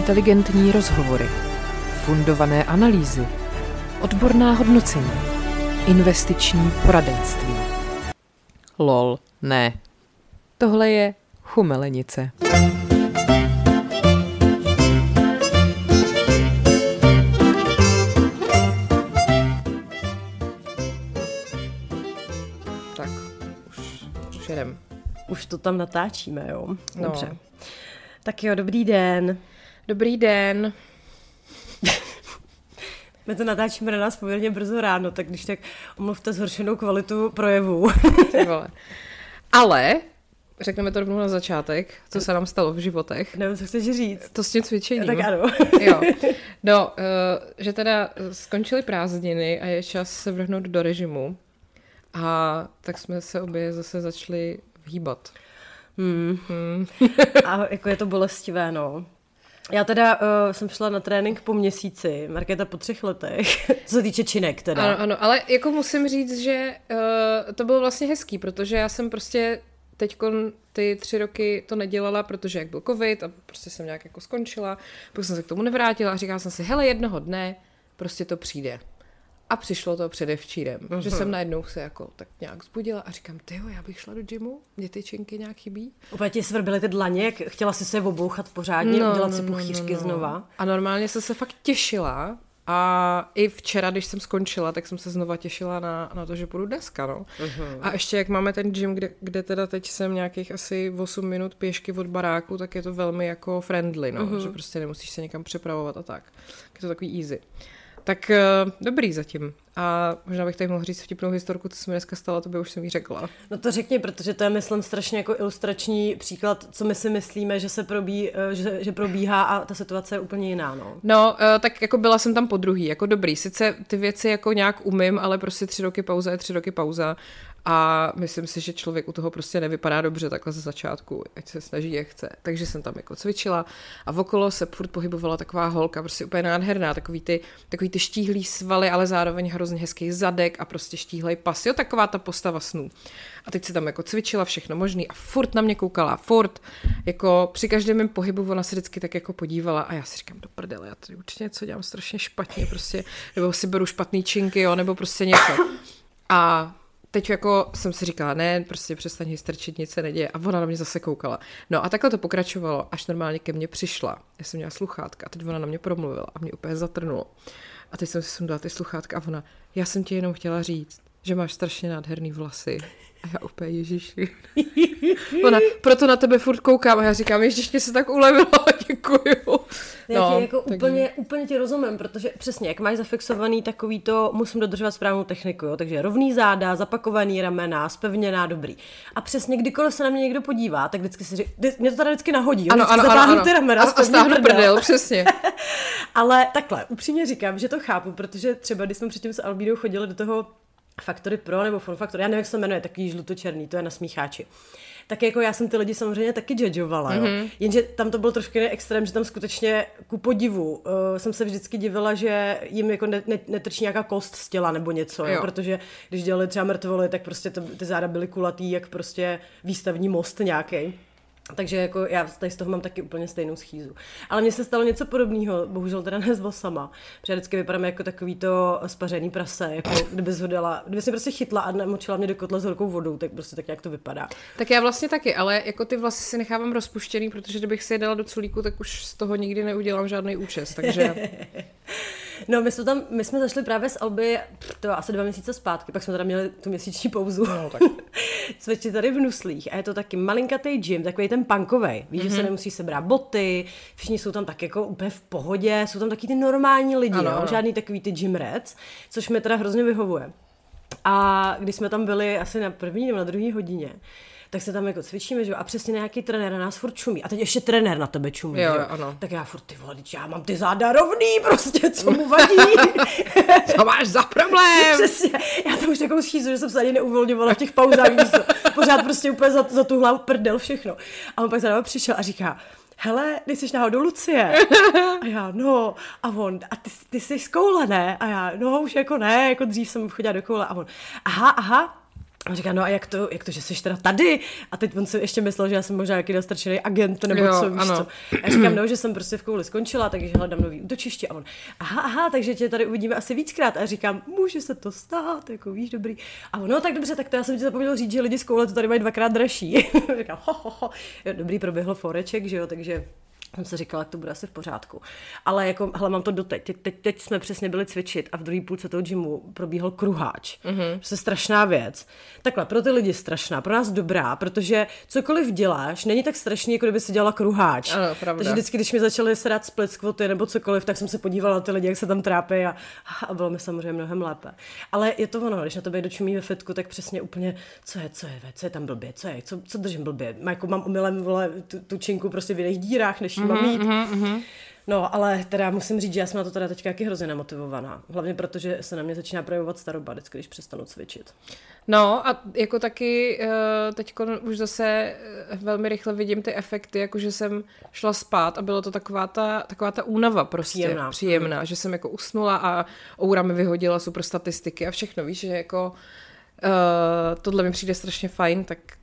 inteligentní rozhovory, fundované analýzy, odborná hodnocení, investiční poradenství. Lol, ne. Tohle je chumelenice. Tak, už jedem. Už to tam natáčíme, jo? Dobře. No. Tak jo, dobrý den. Dobrý den. My to natáčíme na nás poměrně brzo ráno, tak když tak omluvte zhoršenou kvalitu projevu. Ale řekneme to rovnou na začátek, co se nám stalo v životech. Nevím, co chceš říct. To s tím cvičením. Tak ano. Jo. No, že teda skončily prázdniny a je čas se vrhnout do režimu. A tak jsme se obě zase začali hýbat. A jako je to bolestivé, no. Já teda jsem šla na trénink po měsíci, Markéta po 3 letech, co se týče činek teda. Ano, ale jako musím říct, že to bylo vlastně hezký, protože já jsem prostě teďko ty 3 roky to nedělala, protože jak byl covid a prostě jsem nějak jako skončila, pak jsem se k tomu nevrátila a říkala jsem si, hele, jednoho dne prostě to přijde. A přišlo to předevčírem, že jsem najednou se jako tak nějak zbudila a říkám, tyjo, já bych šla do gymu, mě ty činky nějak chybí. Úplně ti svrbily ty dlaně, jak chtěla si se obouchat pořádně, udělat si puchýřky znova. A normálně jsem se fakt těšila a i včera, když jsem skončila, tak jsem se znova těšila na to, že půjdu dneska, no. A ještě jak máme ten gym, kde teda teď jsem nějakých asi 8 minut pěšky od baráku, tak je to velmi jako friendly, no, že prostě nemusíš se někam přepravovat a tak. Je to takový easy. Tak dobrý zatím. A možná bych tady mohla říct vtipnou historku, co se mi dneska stalo, to by už jsem jí řekla. No to řekni, protože to je, myslím, strašně jako ilustrační příklad, co my si myslíme, že se že probíhá a ta situace je úplně jiná, no. No, tak jako byla jsem tam podruhý, jako dobrý. Sice ty věci jako nějak umím, ale prostě 3 roky pauza je 3 roky pauza. A myslím si, že člověk u toho prostě nevypadá dobře takhle ze začátku, ať se snaží, jak chce. Takže jsem tam jako cvičila a okolo se furt pohybovala taková holka, prostě úplně nádherná, takový ty štíhlý svaly, ale zároveň hrozně hezký zadek a prostě štíhlej pas, jo, taková ta postava snů. A teď se tam jako cvičila všechno možný a furt na mě koukala, furt, jako při každém mém pohybu ona se vždycky tak jako podívala a já si říkám, do prdele, já tady určitě něco dělám strašně špatně, prostě, nebo si beru špatný činky, jo, nebo prostě něco. A teď jako jsem si říkala, ne, prostě přestaň hysterčit, nic se neděje. A ona na mě zase koukala. No a takhle to pokračovalo, až normálně ke mně přišla. Já jsem měla sluchátka a teď ona na mě promluvila a mě úplně zatrnulo. A teď jsem si sundala ty sluchátka a ona, já jsem ti jenom chtěla říct, že máš strašně nádherný vlasy. A já úplně, ježiši. Ona, proto na tebe furt koukám a já říkám, ježiš, mě se tak ulevilo, děkuju. Já ti jako úplně ti rozumím, protože přesně, jak máš zafixovaný takový to, musím dodržovat správnou techniku, jo? Takže rovný záda, zapakovaný ramena, zpevněná, dobrý. A přesně kdykoliv se na mě někdo podívá, tak vždycky si říká, mě to tady vždycky nahodí, jo? Ano. Ty ramena, a stáhnu prdel, přesně. Ale takhle, upřímně říkám, že to chápu, protože třeba když jsme předtím s Albínou chodili do toho Factory Pro nebo Form Factory, já nevím, jak se to jmenuje, takový žlutočerný, to je na smícháči. Tak jako já jsem ty lidi samozřejmě taky judgeovala, jo. Jenže tam to byl trošku jiný extrém, že tam skutečně ku podivu jsem se vždycky divila, že jim jako netrčí nějaká kost z těla nebo něco, jo. Protože když dělali třeba mrtvoly, tak prostě ty záda byly kulatý, jak prostě výstavní most nějaký. Takže jako já tady z toho mám taky úplně stejnou schýzu. Ale mně se stalo něco podobného, bohužel teda ne s vlasama. Protože vždycky vypadám jako takový to spařený prase, jako kdyby si prostě chytla a namočila mě do kotle s horkou vodou, tak prostě tak nějak to vypadá. Tak já vlastně taky, ale jako ty vlasy si nechávám rozpuštěný, protože kdybych si je dala do culíku, tak už z toho nikdy neudělám žádný účes, takže... No, my jsme zašli právě z Alby, to asi 2 měsíce zpátky, pak jsme teda měli tu měsíční pauzu. No, tak. Cvičit tady v Nuslích a je to taky malinkatý gym, takový ten punkovej. Víš, že se nemusí sebrat boty, všichni jsou tam tak jako úplně v pohodě, jsou tam taky ty normální lidi, ano. Žádný takový ty gym rats, což mi teda hrozně vyhovuje. A když jsme tam byli asi na 1. nebo na 2. hodině, tak se tam jako cvičíme, že jo, a přesně nějaký trenér na nás furt čumí. A teď ještě trenér na tebe čumí, jo, že jo. Ano. Tak já furt, ty vole, já mám ty záda rovný, prostě, co mu vadí. Co máš za problém? Přesně, já tam už takovou schýzu, že jsem se ani neuvolňovala v těch pauzách, víš co, pořád prostě úplně za tu hlavu prdel všechno. A on pak za náma přišel a říká, hele, ty jsi náhodou Lucie. A já, no, a on, a ty jsi z koule, ne? A já, no, už jako ne, jako dřív jsem chodila do koule. A on, aha, A říká, no a jak to, že jsi teda tady? A teď on si ještě myslel, že já jsem možná nějaký nastrčený agent, nebo co, víš co. A já říkám, no, že jsem prostě v kouli skončila, takže hledám nový útočiště. A on, aha, takže tě tady uvidíme asi víckrát. A já říkám, může se to stát, jako víš, dobrý. A on, no tak dobře, tak to já jsem ti zapomněl říct, že lidi z koule to tady mají 2x dražší. Říkám, ho. Dobrý, proběhlo foreček, že jo, takže jsem se říkala, jak to bude asi v pořádku. Ale jako, hele, mám to doteď. Teď jsme přesně byli cvičit a v druhé půlce toho gymu probíhal kruháč. Prostě strašná věc. Takhle, pro ty lidi strašná, pro nás dobrá, protože cokoliv děláš, není tak strašný, jako kdyby si dělala kruháč. Ano, pravda. Takže vždycky, když mi začaly se dát split squaty nebo cokoliv, tak jsem se podívala na ty lidi, jak se tam trápí a bylo mi samozřejmě mnohem lépe. Ale je to ono, když na tebe dočumí ve fitku, tak přesně úplně, co je tam blbě, co držím blbě. Jako mám omylem, vole, tu činku prostě v jiných dírách, než mám mít. No, ale teda musím říct, že já jsem na to teda teďka hrozně namotivovaná. Hlavně protože se na mě začíná projevovat staroba, vždycky, když přestanu cvičit. No a jako taky teďko už zase velmi rychle vidím ty efekty, jako že jsem šla spát a bylo to taková ta únava prostě příjemná, že jsem jako usnula a Oura mi vyhodila super statistiky a všechno, víš, že jako tohle mi přijde strašně fajn,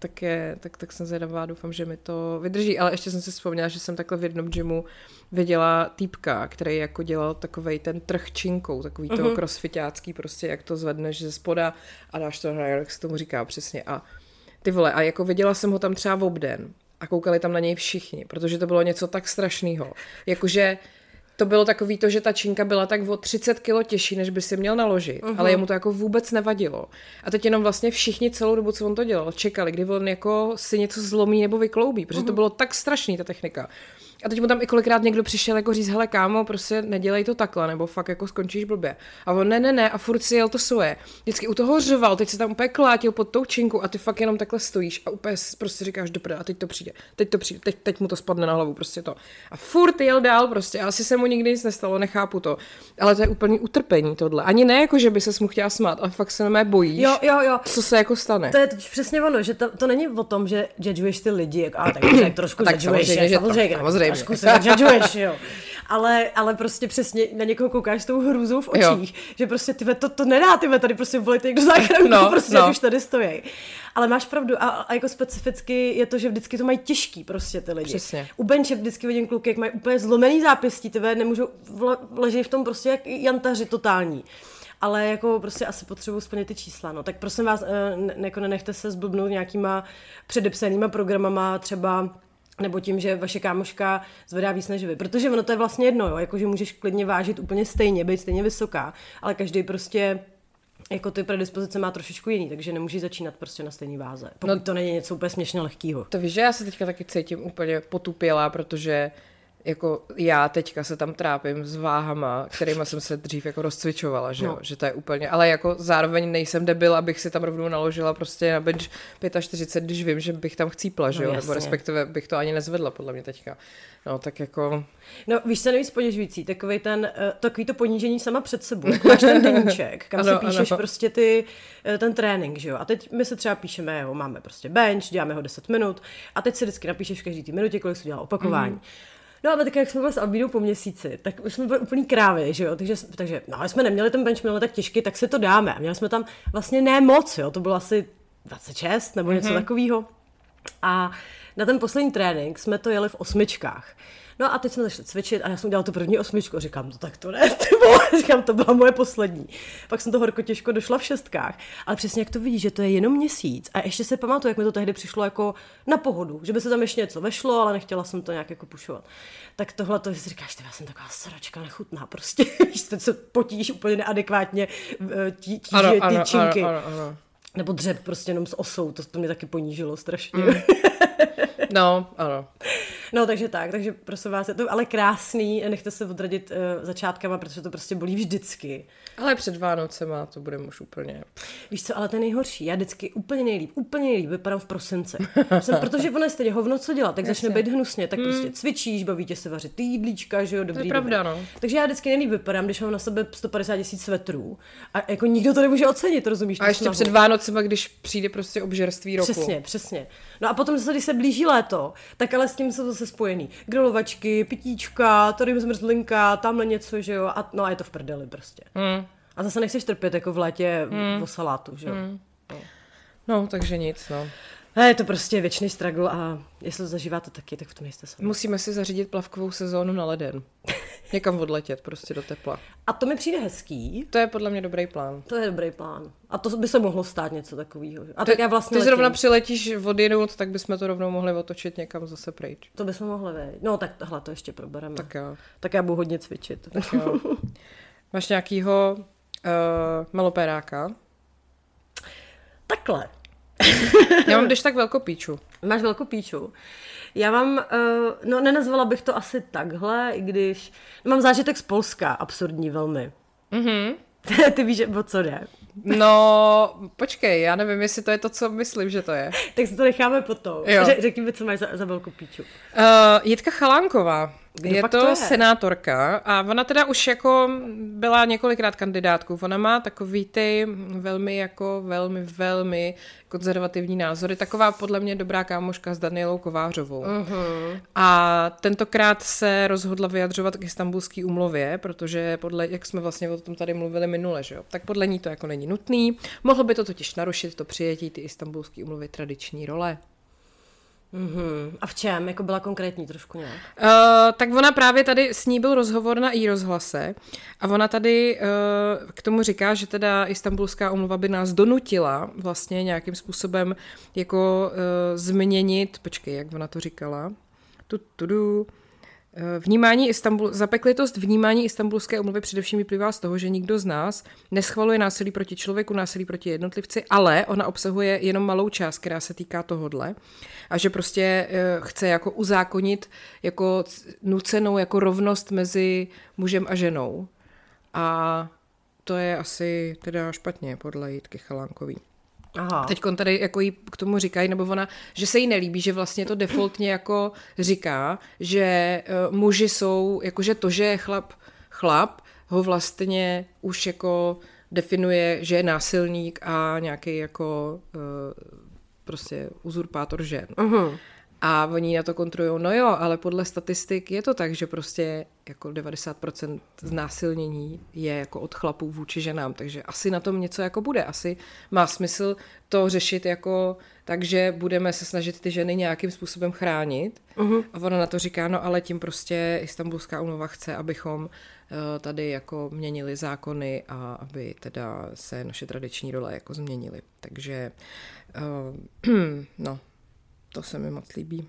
tak jsem zvědavá, doufám, že mi to vydrží, ale ještě jsem si vzpomněla, že jsem takhle v jednom gymu viděla týpka, který jako dělal takovej ten trh činkou, takový toho crossfitácký prostě, jak to zvedneš ze spoda a dáš to, jak se tomu říká přesně a ty vole, a jako viděla jsem ho tam třeba v obden a koukali tam na něj všichni, protože to bylo něco tak strašného, jakože to bylo takový to, že ta činka byla tak o 30 kilo těžší, než by si měl naložit, ale jemu to jako vůbec nevadilo. A teď jenom vlastně všichni celou dobu, co on to dělal, čekali, kdy on jako si něco zlomí nebo vykloubí, protože to bylo tak strašný, ta technika. A teď mu tam i kolikrát někdo přišel jako říct, hele kámo, prostě nedělej to takhle, nebo fakt jako skončíš blbě. A on ne, a furt si jel to svoje. Vždycky u toho řval, teď se tam úplně klátil pod tou činku a ty fakt jenom takhle stojíš a úplně prostě říkáš, dobré, a teď to přijde, teď mu to spadne na hlavu, prostě to. A furt jel dál prostě, a asi se mu nikdy nic nestalo, nechápu to. Ale to je úplný utrpení tohle. Ani ne jako, že by se mu chtěla smát, ale fakt se mé bojíš. Jo. Co se jako stane. To je přesně ono, že to není o tom, že judguješ ty lidi, jako, tak trošku judguješ, samozřejmě. Trošku se judguješ, jo. Ale prostě přesně na někoho koukáš s tou hrůzou v očích, že prostě to nedá, tady prostě volejte někdo záchranku, prostě už tady stojí. Ale máš pravdu a jako specificky je to, že vždycky to mají těžký prostě ty lidi. Přesně. U benče vždycky vidím kluky, jak mají úplně zlomený zápěstí, nemůžou, leží v tom prostě jak jantaři totální. Ale jako prostě asi potřebuji splnit ty čísla, no. Tak prosím vás, nenechte se zblbnout nějakýma předepsanýma programama třeba, nebo tím, že vaše kámoška zvedá víc než vy. Protože ono to je vlastně jedno, jo, jakože můžeš klidně vážit úplně stejně, být stejně vysoká, ale každý prostě jako ty predispozice má trošičku jiný, takže nemůžeš začínat prostě na stejný váze. Pokud to není něco úplně směšně lehkýho. To víš, že já se teďka taky cítím úplně potupělá, protože jako já teďka se tam trápím s váhama, kterýma jsem se dřív jako rozcvičovala, že jo, že to je úplně, ale jako zároveň nejsem debil, abych si tam rovnou naložila prostě na bench 45, když vím, že bych tam chcípla, že jo, nebo respektive bych to ani nezvedla podle mě teďka. No, tak jako... No, víš, co nejvíc poněžující, takový to ponížení sama před sebou, jako máš ten deníček, kam si píšeš prostě ten trénink, že jo, a teď my se třeba píšeme, jo, máme prostě bench, děláme ho 10 minut a teď si vždycky napíšeš v každý té minutě, kolik jsi dělal opakování. No a tak jak jsme byli s Albínou po měsíci, tak už jsme byli úplný krávy, že jo, takže no, jsme neměli ten bench, měli tak těžký, tak si to dáme. A měli jsme tam vlastně ne moc, jo, to bylo asi 26 nebo něco takového. A na ten poslední trénink jsme to jeli v 8. No a teď jsme začali cvičit a já jsem udělala tu první 8, říkám, no tak to ne, ty vole, říkám, to byla moje poslední. Pak jsem to horko těžko došla v 6, ale přesně jak to vidíš, že to je jenom měsíc a ještě si pamatuju, jak mi to tehdy přišlo jako na pohodu, že by se tam ještě něco vešlo, ale nechtěla jsem to nějak jako pušovat. Tak tohle to si říkáš, já jsem taková sračka nechutná prostě, víš, teď se potíš úplně neadekvátně ty činky. Ano. Nebo dřep prostě jenom s osou, to mě taky ponížilo strašně. No, ano. No, takže prosím vás, je to ale krásný, nechte se odradit začátkama, protože to prostě bolí vždycky. Ale před Vánocema to bude už úplně... Víš co, ale to je nejhorší, já vždycky úplně nejlíp vypadám v prosinci. Protože ono je stejně hovno, co dělat, tak začne být hnusně, tak prostě cvičíš, baví tě se vařit ty jídlíčka, že jo, dobrý. To je pravda, no. Takže já vždycky nejlíp vypadám, když mám na sebe 150 000 svetrů a jako nikdo to nemůže ocenit, rozumíš? A ještě před Vánocema, když přijde prostě obžerství roku. Přesně. No a potom zase, když se blíží léto, tak ale s tím jsou zase spojený grilovačky, pitíčka, tady zmrzlinka, tamhle něco, že jo, a je to v prdeli prostě. A zase nechceš trpět jako v létě o salátu, že jo. No, takže nic, no. A je to prostě věčný struggle a jestli to zažíváte taky, tak v tom nejste sami. Musíme si zařídit plavkovou sezónu na leden. Někam odletět, prostě do tepla. A to mi přijde hezký. To je podle mě dobrý plán. To je dobrý plán. A to by se mohlo stát něco takového. A tak já vlastně ty zrovna přiletíš odjinout, tak bychom to rovnou mohli otočit někam zase pryč. To bychom mohli vědět. No tak tohle to ještě probereme. Tak jo. Tak já budu hodně cvičit. Tak jo. Máš nějakýho malopéráka? Takhle. Já mám když tak velkopíču. Máš velkou píču. Já mám, no nenazvala bych to asi takhle, i když mám zážitek z Polska, absurdní velmi. Mhm. Ty víš, o co jde. No, počkej, já nevím, jestli to je to, co myslím, že to je. Tak si to necháme potom. Řekni mi, co máš za velkou píču. Jitka Chalánková. Je to senátorka a ona teda už jako byla několikrát kandidátkou. Ona má takový ty velmi konzervativní názory. Taková podle mě dobrá kámoška s Danielou Kovářovou. Uh-huh. A tentokrát se rozhodla vyjadřovat k Istanbulské úmluvě, protože podle, jak jsme vlastně o tom tady mluvili minule, že jo, tak podle ní to jako není nutný. Mohlo by to totiž narušit to přijetí ty Istanbulské úmluvy tradiční role. Mm-hmm. A v čem? Jako byla konkrétní trošku nějak? Tak ona právě tady, s ní byl rozhovor na iRozhlase a ona tady k tomu říká, že teda Istanbulská úmluva by nás donutila vlastně nějakým způsobem jako změnit, počkej, jak ona to říkala, zapeklitost vnímání Istanbulské úmluvy především vyplývá z toho, že nikdo z nás neschvaluje násilí proti člověku, násilí proti jednotlivci, ale ona obsahuje jenom malou část, která se týká tohodle a že prostě chce jako uzákonit jako nucenou jako rovnost mezi mužem a ženou. A to je asi teda špatně podle Jitky Chalánkový. Aha. Teďkon tady jako jí k tomu říkají, nebo ona, že se jí nelíbí, že vlastně to defaultně jako říká, že muži jsou, jakože to, že je chlap, ho vlastně už jako definuje, že je násilník a nějaký jako prostě uzurpátor žen. Uh-huh. A oni na to kontrolují, no jo, ale podle statistik je to tak, že prostě jako 90% znásilnění je jako od chlapů vůči ženám, takže asi na tom něco jako bude. Asi má smysl to řešit jako tak, že budeme se snažit ty ženy nějakým způsobem chránit. Uh-huh. A ona na to říká, no ale tím prostě Istanbulská úmluva chce, abychom tady jako měnili zákony a aby teda se naše tradiční role jako změnily. Takže no, to se mi moc líbí.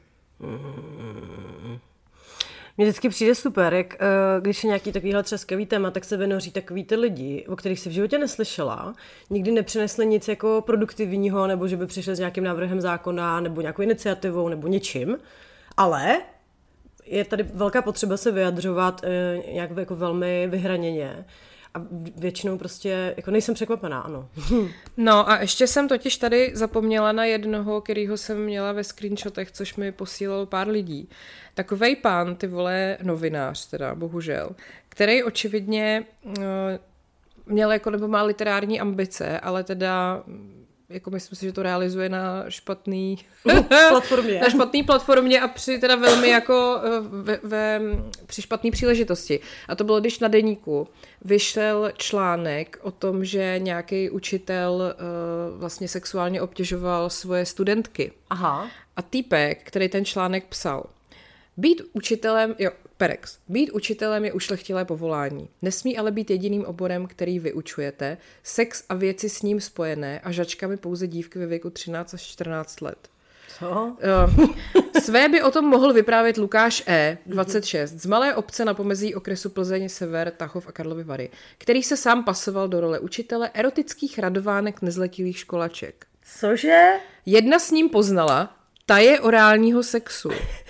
Mně vždycky přijde super, jak když je nějaký takovýhle třeskavý téma, tak se vynoří takový ty lidi, o kterých si v životě neslyšela, nikdy nepřinesli nic jako produktivního, nebo že by přišli s nějakým návrhem zákona, nebo nějakou iniciativou, nebo něčím, ale je tady velká potřeba se vyjadřovat nějak jako velmi vyhraněně. A většinou prostě, jako nejsem překvapená, ano. No a ještě jsem totiž tady zapomněla na jednoho, kterýho jsem měla ve screenshotech, což mi posílalo pár lidí. Takovej pán, ty vole, novinář teda, bohužel, který očividně měl jako, nebo má literární ambice, ale teda jako myslím si, že to realizuje na špatný platformě. Na špatný platformě a při teda velmi jako při špatný příležitosti. A to bylo, když na Deníku vyšel článek o tom, že nějaký učitel vlastně sexuálně obtěžoval svoje studentky. Aha. A týpek, který ten článek psal, být učitelem je ušlechtilé povolání. Nesmí ale být jediným oborem, který vyučujete. Sex a věci s ním spojené a žačkami pouze dívky ve věku 13 až 14 let. Co? Své by o tom mohl vyprávět Lukáš E., 26, z malé obce na pomezí okresu Plzeň, Sever, Tachov a Karlovy Vary, který se sám pasoval do role učitele erotických radovánek nezletilých školaček. Cože? Jedna s ním poznala taje orálního sexu.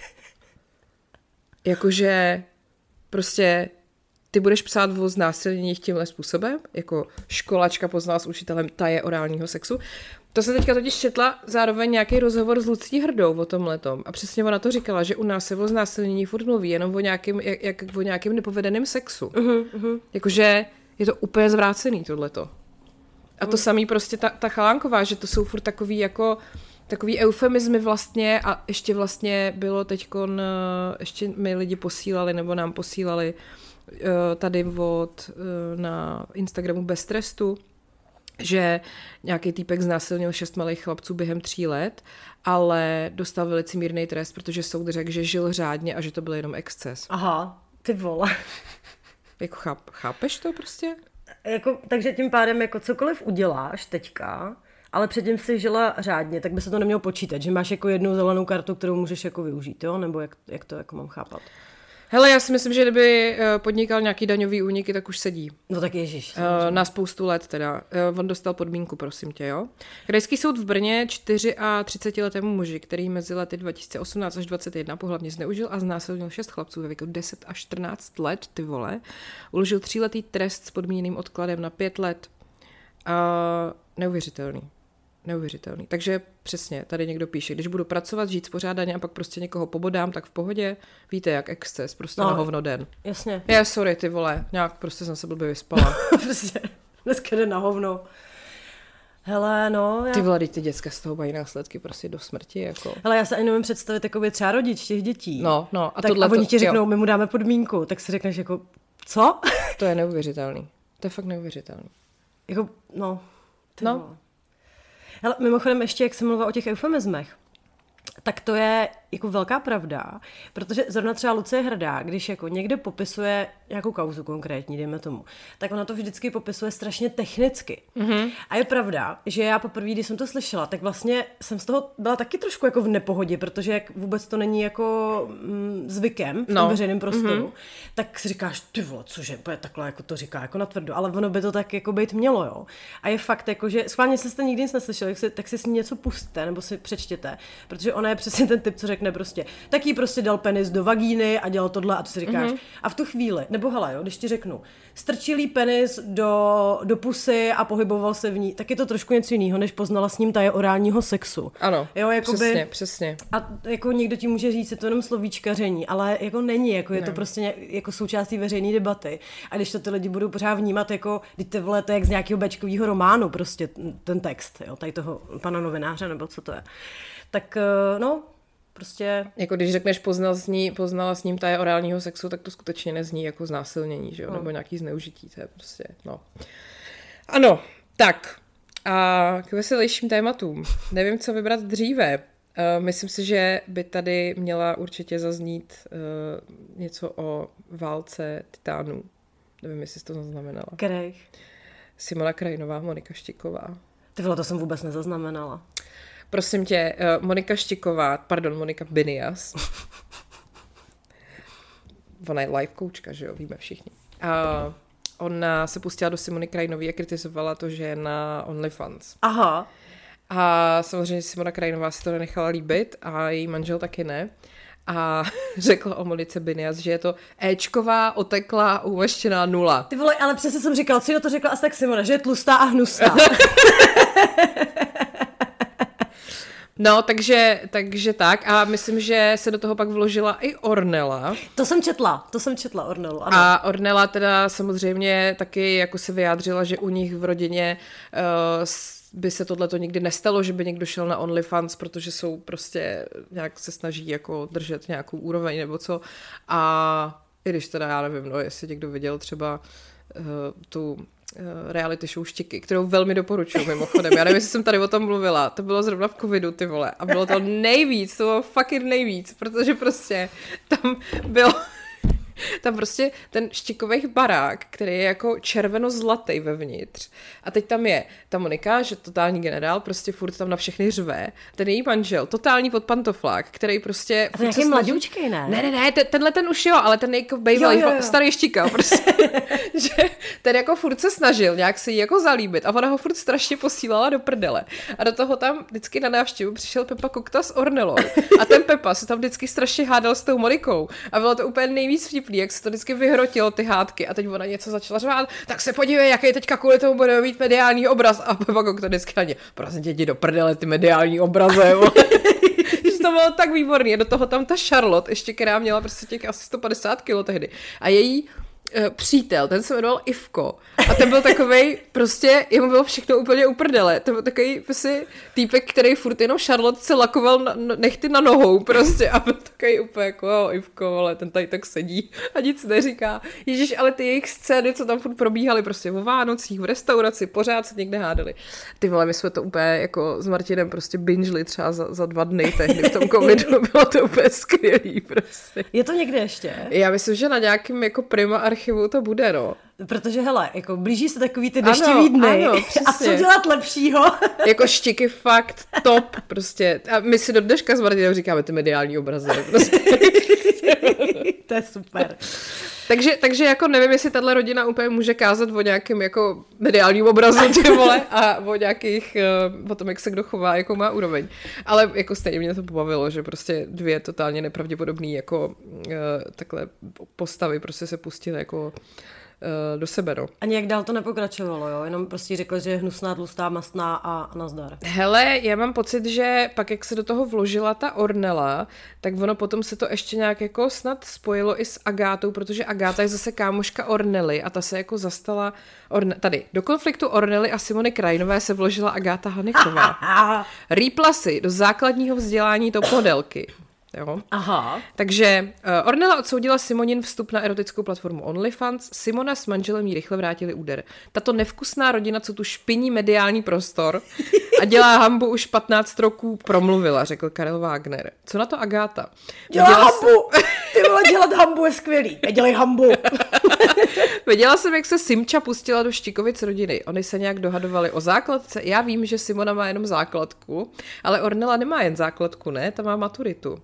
Jakože prostě ty budeš psát o znásilněních tímhle způsobem, jako školačka poznala s učitelem taje orálního sexu. To jsem teďka totiž četla zároveň nějaký rozhovor s Lucí Hrdou o tomhletom a přesně ona to říkala, že u nás se o znásilnění furt mluví jenom o nějakém, o nějakém nepovedeném sexu. Uh-huh. Jakože je to úplně zvrácený tohleto. A to samý prostě ta Chalánková, že to jsou furt takový jako takový eufemizmy vlastně a ještě vlastně bylo teďkon, ještě mi lidi posílali nebo nám posílali tady na Instagramu Bez trestu, že nějaký týpek znásilnil 6 malých chlapců během 3 let, ale dostal velice mírný trest, protože soud řekl, že žil řádně a že to byl jenom exces. Aha, ty vole. Jako chápeš to prostě? Jako, takže tím pádem jako cokoliv uděláš teďka, ale předtím si žila řádně, tak by se to nemělo počítat, že máš jako jednu zelenou kartu, kterou můžeš jako využít, jo? Nebo jak to jako mám chápat? Hele, já si myslím, že kdyby podnikal nějaký daňový úniky, tak už sedí. No tak ježiš. Na spoustu let teda. On dostal podmínku, prosím tě, jo. Krajský soud v Brně 34letému muži, který mezi lety 2018 až 2021 pohlavně zneužil a znásilnil 6 chlapců ve věku 10 až 14 let, ty vole, uložil 3letý trest s podmíněným odkladem na 5 let. Neuvěřitelný. Takže přesně, tady někdo píše, když budu pracovat, žít spořádaně a pak prostě někoho pobodám, tak v pohodě. Víte, jak exces, prostě na hovno den. Jasně. Sorry, ty vole, nějak prostě jsem se blbě vyspala. Prostě, dneska jde na hovno. Hele, no. Ty vole, ty děcka z toho mají následky prostě do smrti, jako. Hele, já se ani nevím představit, jako by třeba rodič těch dětí. No. A oni ti řeknou, my mu dáme podmínku, tak si řekneš jako, co? To je neuvěřitelný. To je fakt neuvěřitelný. Jako, no. Hele, mimochodem ještě, jak jsem mluvila o těch eufemismech, tak to je jako velká pravda, protože zrovna třeba Lucie Hrdá, když jako někde popisuje nějakou kauzu konkrétní, dejme tomu, tak ona to vždycky popisuje strašně technicky. Mm-hmm. A je pravda, že já poprvé, když jsem to slyšela, tak vlastně jsem z toho byla taky trošku jako v nepohodě, protože jak vůbec to není jako zvykem v tom veřejném prostoru, tak si říkáš, ty vole, cože, takhle jako to říká jako natvrdo, ale ono by to tak jako být mělo, jo. A je fakt jako, že schválně jste nikdy nic neslyšeli, tak si s ní něco pusťte nebo si přečtěte, protože ona je přesně ten typ, co řekne prostě, tak jí prostě dal penis do vagíny a dělal tohle a to si říkáš. A v tu chvíli, nebo hele, jo, když ti řeknu, strčil jí penis do pusy a pohyboval se v ní, tak je to trošku něco jiného, než poznala s ním taje orálního sexu. Ano, jo, jakoby, přesně. A jako někdo ti může říct, je to jenom slovíčkaření, ale jako není, jako je to prostě jako součástí veřejné debaty. A když to ty lidi budou pořád vnímat jako, když ty vole, to je jak z nějakého bečkového románu prostě ten text, jo, tady toho pana novináře, nebo co to je. Tak no, prostě... Jako když řekneš poznala s ním taje orálního sexu, tak to skutečně nezní jako znásilnění, že jo? Nebo nějaký zneužití, to je prostě, no. Ano, tak. A k veselějším tématům. Nevím, co vybrat dříve. Myslím si, že by tady měla určitě zaznít něco o válce titánů. Nevím, jestli jsi to zaznamenala. Kterých? Simona Krajinová, Monika Štiková. Ty vole, to jsem vůbec nezaznamenala. Prosím tě, Monika Binias. Ona je life coachka, že jo, víme všichni. Ona se pustila do Simony Krajinové a kritizovala to, že je na OnlyFans. Aha. A samozřejmě Simona Krajinová si to nenechala líbit a její manžel taky ne. A řekla o Monice Binias, že je to éčková, oteklá, umaštěná nula. Ty vole, ale přesně jsem říkala, co to řekla asi tak Simona, že je tlustá a hnusná. No, takže tak a myslím, že se do toho pak vložila i Ornella. To jsem četla Ornelu, ano. A Ornella teda samozřejmě taky jako se vyjádřila, že u nich v rodině by se tohleto nikdy nestalo, že by někdo šel na OnlyFans, protože jsou prostě nějak se snaží jako držet nějakou úroveň nebo co. A i když teda já nevím, no, jestli někdo viděl třeba tu reality show Štiky, kterou velmi doporučuji mimochodem. Já nevím, jestli jsem tady o tom mluvila. To bylo zrovna v covidu, ty vole. A bylo to nejvíc, to bylo fucking nejvíc, protože prostě tam prostě ten Štikových barák, který je jako červeno-zlatý vevnitř. A teď tam je ta Monika, že totální generál, prostě furt tam na všechny řve. Ten její manžel, totální podpantoflák, který prostě... A to nějaký mladoučkej, ne? Ne, tenhle ten už jo, ale ten jako bejvalý starý Štika, prostě. Že ten jako furt se snažil nějak se jí jako zalíbit a ona ho furt strašně posílala do prdele. A do toho tam vždycky na návštěvu přišel Pepa Kokta s Ornelou. A ten Pepa se tam vždycky strašně hádal s tou Monikou. A bylo to úplně nejvíc vtipný, jak se to vždycky vyhrotilo ty hádky a teď ona něco začala řvát, tak se podívej, jaký teďka kvůli tomu budeme mít mediální obraz a Pepa Kokta vždycky na ně, prosím tě, jdi do prdele ty mediální obraze. Že to bylo tak výborný a do toho tam ta Charlotte, ještě která měla prostě těch asi 150 kilo tehdy a její přítel, ten se jmenoval Ivko. A ten byl takovej, prostě, jemu bylo všechno úplně uprdele. To byl takový prostě týpek, který furt jenom Charlotte se lakoval nechty na nohou prostě a byl takový úplně jako, jo, Ivko, ale ten tady tak sedí a nic neříká. Ježiš, ale ty jejich scény, co tam furt probíhaly prostě o Vánocích, v restauraci, pořád se někde hádali. Ty vole, my jsme to úplně jako s Martinem prostě bingeli třeba za 2 dny tehdy v tom covidu. Bylo to úplně skvělý prostě. Je to někde ještě? Já myslím, že na nějakém jako Prima archivu to bude, no. Protože hele, jako blíží se takový ty deštivý dny. Ano, a co dělat lepšího? Jako štiky fakt top prostě. A my si do dneška s Martinem říkáme ty mediální obrazy. Prostě. To je super. Takže jako nevím, jestli tahle rodina úplně může kázat o nějakém jako mediálním obrazu, ty vole, a o nějakých, o tom, jak se kdo chová, jakou má úroveň. Ale jako stejně mě to pobavilo, že prostě 2 totálně nepravděpodobný jako takhle postavy prostě se pustily jako do sebe, no. A nějak dál to nepokračovalo, jo? Jenom prostě řekla, že je hnusná, tlustá, mastná a nazdar. Hele, já mám pocit, že pak, jak se do toho vložila ta Ornella, tak ono potom se to ještě nějak jako snad spojilo i s Agátou, protože Agáta je zase kámoška Ornely a ta se jako zastala tady. Do konfliktu Ornely a Simony Krajnové se vložila Agáta Hanichová. Rýpla si do základního vzdělání topodelky. Jo. Aha. Takže Ornella odsoudila Simonin vstup na erotickou platformu OnlyFans, Simona s manželem jí rychle vrátili úder. Tato nevkusná rodina, co tu špiní mediální prostor a dělá hambu už 15 roků, promluvila, řekl Karel Wagner. Co na to Agáta? Dělá hambu! Ty vole, dělat hambu je skvělý. Nedělej hambu. Viděla jsem, jak se Simča pustila do Štikovic rodiny. Oni se nějak dohadovali o základce. Já vím, že Simona má jenom základku, ale Ornella nemá jen základku, ne? Ta má maturitu.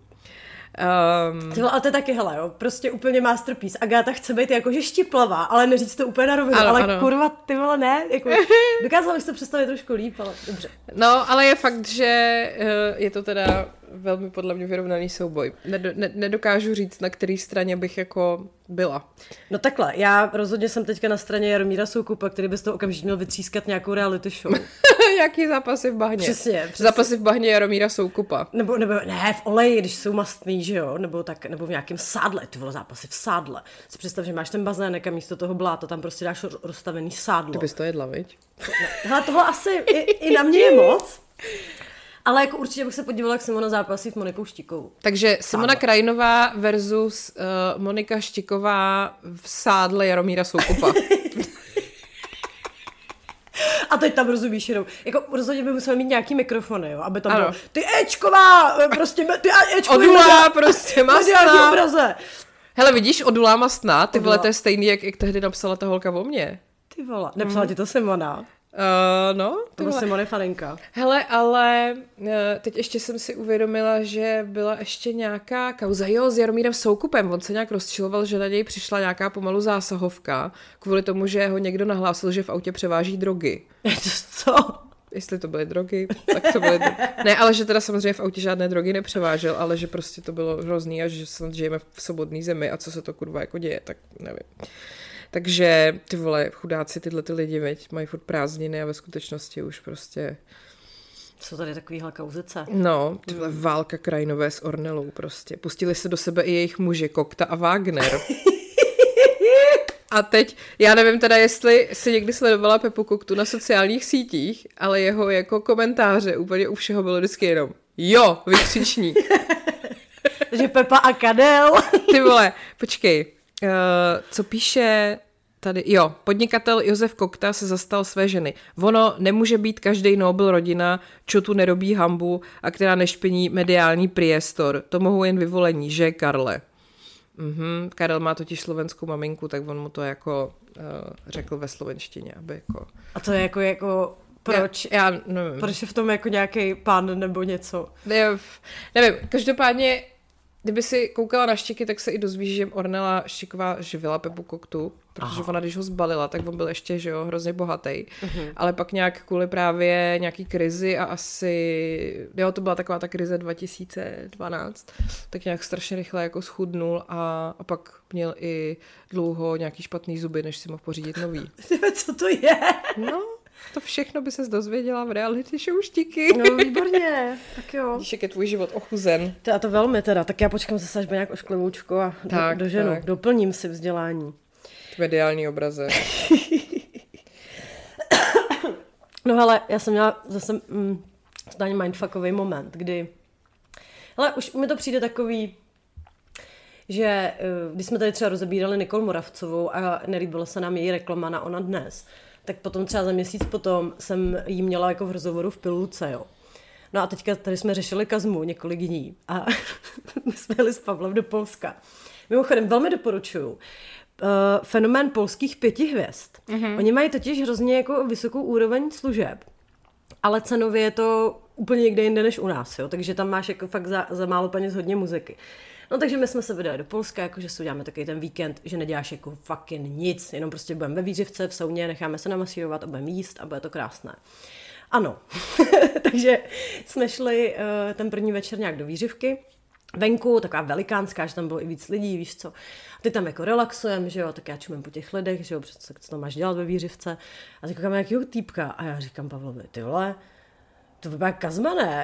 Ale to je taky, hele, jo, prostě úplně masterpiece. Agáta chce být jakože štiplavá, ale neříct to úplně na rovinu, ale kurva, ty vole, ne, jako, dokázala bych si to představit trošku líp, ale dobře. No, ale je fakt, že je to teda velmi podle mě vyrovnaný souboj. Nedokážu říct, na který straně bych jako byla. No takhle, já rozhodně jsem teďka na straně Jaromíra Soukupa, který by z toho okamžitě měl vytřískat nějakou reality show. Jaký zápasy v bahně? Přesně. Zápasy v bahně Jaromíra Soukupa. Nebo ne, v oleji, když jsou mastný, že jo, nebo v nějakém sádle, ty vole, zápasy v sádle. Si představ, že máš ten bazének a místo toho bláta tam prostě dáš rozstavený sádlo. Ty bys to jedla, viď? Hele, tohle asi i na mě je moc. Ale jako určitě bych se podívala, jak Simona zápasí s Monikou Štikovou. Takže Simona Krajnová versus Monika Štiková v sádle Jaromíra Soukupa. A teď tam rozumíš jenom. Jako rozhodně by musela mít nějaký mikrofony, jo, aby tam bylo ty Ečková, prostě ty Ečková. Odulá prostě mastná. Obraze. Hele, vidíš, Odulá mastná, ty vole, to je stejný, jak tehdy napsala ta holka o mně. Ty vole, nepsala ti to Simona? No. To byla Simone faninka. Hele, ale teď ještě jsem si uvědomila, že byla ještě nějaká kauza, s Jaromírem Soukupem. On se nějak rozčiloval, že na něj přišla nějaká pomalu zásahovka, kvůli tomu, že ho někdo nahlásil, že v autě převáží drogy. Co? Jestli to byly drogy, tak to byly drogy. Ne, ale že teda samozřejmě v autě žádné drogy nepřevážel, ale že prostě to bylo hrozný a že snad žijeme v svobodné zemi a co se to kurva jako děje, tak nevím. Takže ty vole, chudáci tyhle ty lidi, veď, mají furt prázdniny a ve skutečnosti už prostě... Jsou tady takovýhle kauzice. No, tyhle válka Krajnové s Ornellou prostě. Pustili se do sebe i jejich muži, Kokta a Wagner. A teď, já nevím teda, jestli si někdy sledovala Pepu Koktu na sociálních sítích, ale jeho jako komentáře úplně u všeho bylo vždycky jenom vykřičník. Že Pepa a Kadel. Ty vole, počkej. Co píše tady? Podnikatel Josef Kokta se zastal své ženy. Ono nemůže být každej Nobel rodina, čo tu nerobí hambu a která nešpiní mediální priestor. To mohou jen vyvolení, že, Karle? Karel má totiž slovenskou maminku, tak on mu to jako řekl ve slovenštině, aby jako... A to je jako proč? Já nevím. Proč je v tom jako nějaký pán nebo něco? Nevím, každopádně kdyby si koukala na Štiky, tak se i dozvíš, že Ornella Štiková živila Pepu Koktu, protože ona, když ho zbalila, tak on byl ještě, že jo, hrozně bohatý. Ale pak nějak kvůli právě nějaký krizi a asi, to byla taková ta krize 2012, tak nějak strašně rychle jako schudnul a pak měl i dlouho nějaký špatný zuby, než si mohl pořídit nový. Co to je? No, to všechno by ses dozvěděla v reality show Štiky. No, výborně, tak jo. Víš, jak je tvůj život ochuzen. A to velmi teda, tak já počkám zase, až bude nějak ošklivoučko a doženu, doplním si vzdělání. mediální obraze. No hele, já jsem měla zase totálně mindfuckový moment, kdy... Hele, už mi to přijde takový, že když jsme tady třeba rozebírali Nikol Moravcovou a nelíbila se nám její reklama na Ona dnes, tak potom třeba za měsíc potom jsem jí měla jako v rozhovoru v pilulce, jo. No a teďka tady jsme řešili Kazmu několik dní a my jsme jeli s Pavlem do Polska. Mimochodem, velmi doporučuju. Fenomén polských 5 hvězd. Mm-hmm. Oni mají totiž hrozně jako vysokou úroveň služeb, ale cenově je to úplně někde jinde než u nás, jo? Takže tam máš jako fakt za málo peněz hodně muziky. No takže my jsme se vydali do Polska, jakože si uděláme takový ten víkend, že neděláš jako fucking nic, jenom prostě budeme ve Vířivce, v sauně, necháme se namasírovat a budeme jíst a bude to krásné. Ano, takže jsme šli ten první večer nějak do Vířivky, venku, taková velikánská, že tam bylo i víc lidí, víš co. A ty tam jako relaxujeme, že jo, tak já čumím po těch lidech, že jo, přece co tam máš dělat ve Vířivce. A teď koukáme nějakýho týpka a já říkám Pavlovi, ty vole, to vypadá jak Kazma, ne?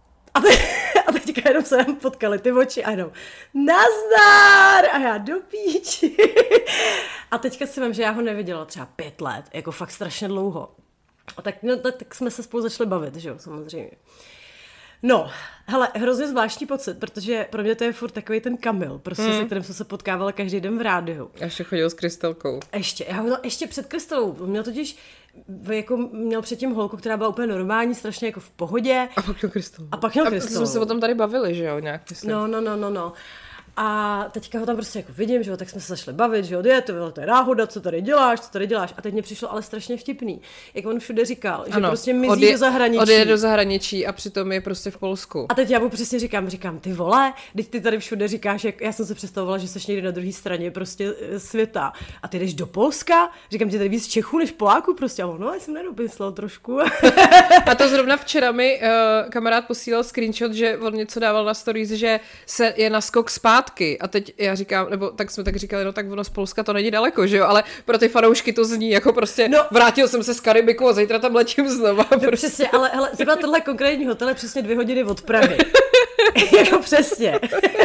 A teďka jenom se nám potkali ty oči a jenom nazdar! A já do píči. A teďka si vím, že já ho neviděla třeba 5 let, jako fakt strašně dlouho. A tak jsme se spolu začali bavit, že jo, samozřejmě. No, hele, hrozně zvláštní pocit, protože pro mě to je furt takový ten Kamil, prostě se kterým jsem se potkávala každý den v rádiu. A ještě chodil s Krystelkou. Ještě před Krystelou. Měl totiž, jako měl předtím holku, která byla úplně normální, strašně jako v pohodě. A pak měl Krystelu. A jsme se o tom tady bavili, že jo, nějak myslím. No. A teďka ho tam prostě jako vidím, že jo, tak jsme se začali bavit, že jo, to je náhoda, co tady děláš. A teď mě přišlo ale strašně vtipný. Jak on všude říkal, že ano, prostě mizí do zahraničí. Odjede do zahraničí a přitom je prostě v Polsku. A teď já mu přesně říkám, ty vole, teď ty tady všude říkáš, jak já jsem se představovala, že jsi někdy na druhé straně prostě světa. A ty jdeš do Polska? Říkám, že tady víc Čechů než Poláků prostě. A on, no, já jsem nedopyslel trošku. A to zrovna včera mi kamarád posílal screenshot, že on něco dával na stories, že se je na skok zpátky. A teď já říkám, nebo tak jsme tak říkali, no tak ono z Polska to není daleko, že jo, ale pro ty fanoušky to zní jako prostě, no, vrátil jsem se z Karibiku a zítra tam letím znova. No, prostě. Přesně, ale hele, zrovna tohle konkrétní hotel je přesně 2 hodiny od Prahy. Jako přesně.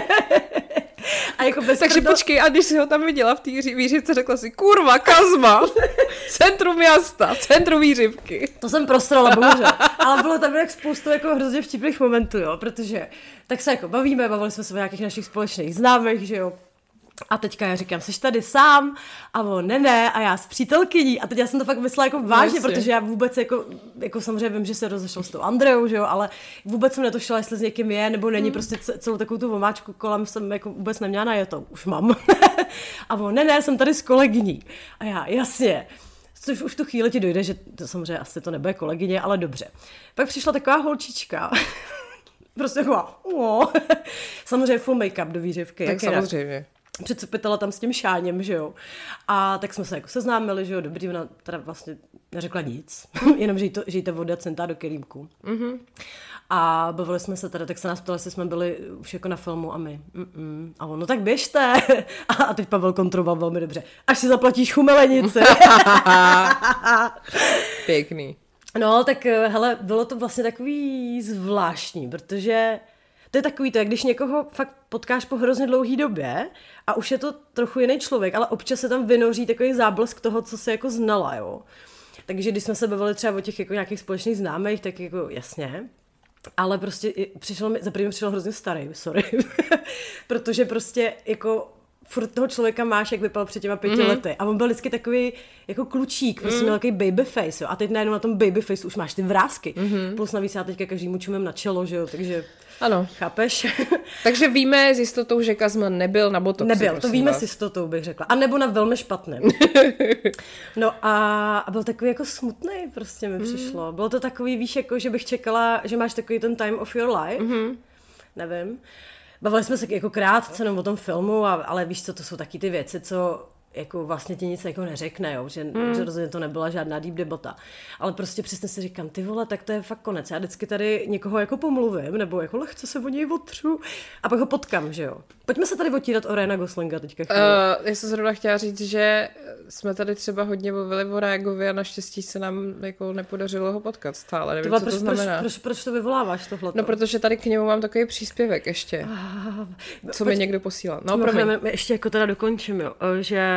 A jako Takže počkej, a když jsi ho tam viděla v té Vířivce, řekla si, kurva, Kazma, centrum města, centrum Vířivky. To jsem prostrala, bohužel. Ale bylo tam jak spoustu jako hrozně vtipných momentů, jo, protože tak se jako bavili jsme se o nějakých našich společných známých, že jo. A teďka já říkám, jsi tady sám? A on, ne, a já s přítelkyní. A teď já jsem to fakt myslela jako vážně, protože já vůbec jako samozřejmě vím, že se rozešel s tou Andreou, že jo, ale vůbec jsem netušila, jestli s někým je, nebo není, prostě celou takovou tu omáčku kolem jsem jako vůbec neměla najetou. Už mám. A on, ne, jsem tady s kolegyní. A já, jasně. Což už tu chvíli ti dojde, že to samozřejmě asi to nebude kolegyně, ale dobře. Pak přišla taková holčička. Prostě taková, samozřejmě full make-up do Vířivky. Tak samozřejmě. Přecupitala tam s tím šáněm, že jo. A tak jsme se jako seznámili, že jo, dobrý, ona teda vlastně neřekla nic, jenom, že jí ta voda centá do kelímku. Mm-hmm. A bavili jsme se teda, tak se nás ptali, jestli jsme byli už jako na filmu a my. A on, no tak běžte. A teď Pavel kontroval velmi dobře. Až si zaplatíš chumelenici. Pěkný. No, tak hele, bylo to vlastně takový zvláštní, protože to je takový to, jak když někoho fakt potkáš po hrozně dlouhý době a už je to trochu jiný člověk, ale občas se tam vynoří takový záblesk toho, co se jako znala, jo. Takže když jsme se bavili třeba o těch jako nějakých společných známých, tak jako jasně, ale prostě za první přišel hrozně starý, sorry, protože prostě jako furt toho člověka máš, jak vypadal před těma 5 lety. A on byl vždycky takový jako klučík, prostě měl takový babyface, jo. A teď najednou na tom babyface už máš ty vrásky. Plus navíc já teďka každému čumím na čelo, že jo, takže ano. Chápeš? Takže víme s jistotou, že Kazma nebyl na botoxu. Nebyl, to víme s jistotou, bych řekla. A nebo na velmi špatném. No a byl takový jako smutný, prostě mi přišlo. Bylo to takový, víš, jako, že bych čekala, že máš takový ten time of your life. Nevím. Bavili jsme se jako krátce o tom filmu, ale víš co, to jsou taky ty věci, co jako vlastně ti nic jako neřekne, jo, že rozhodně to nebyla žádná deep debata. Ale prostě přesně si říkám, ty vole, tak to je fakt konec. Já vždycky tady někoho jako pomluvím, nebo jako lehce se o něj otřu a pak ho potkám, že jo. Pojďme se tady otírat o Ryana Goslinga teďka. Já jsem zrovna chtěla říct, že jsme tady třeba hodně mluvili o Ryagovi a naštěstí se nám jako nepodařilo ho potkat stále. Nevím, co to znamená. Proč to vyvoláváš tohleto? No, protože tady k němu mám takový příspěvek ještě, co mi někdo posílá. No, ještě jako teda dokončím, jo, že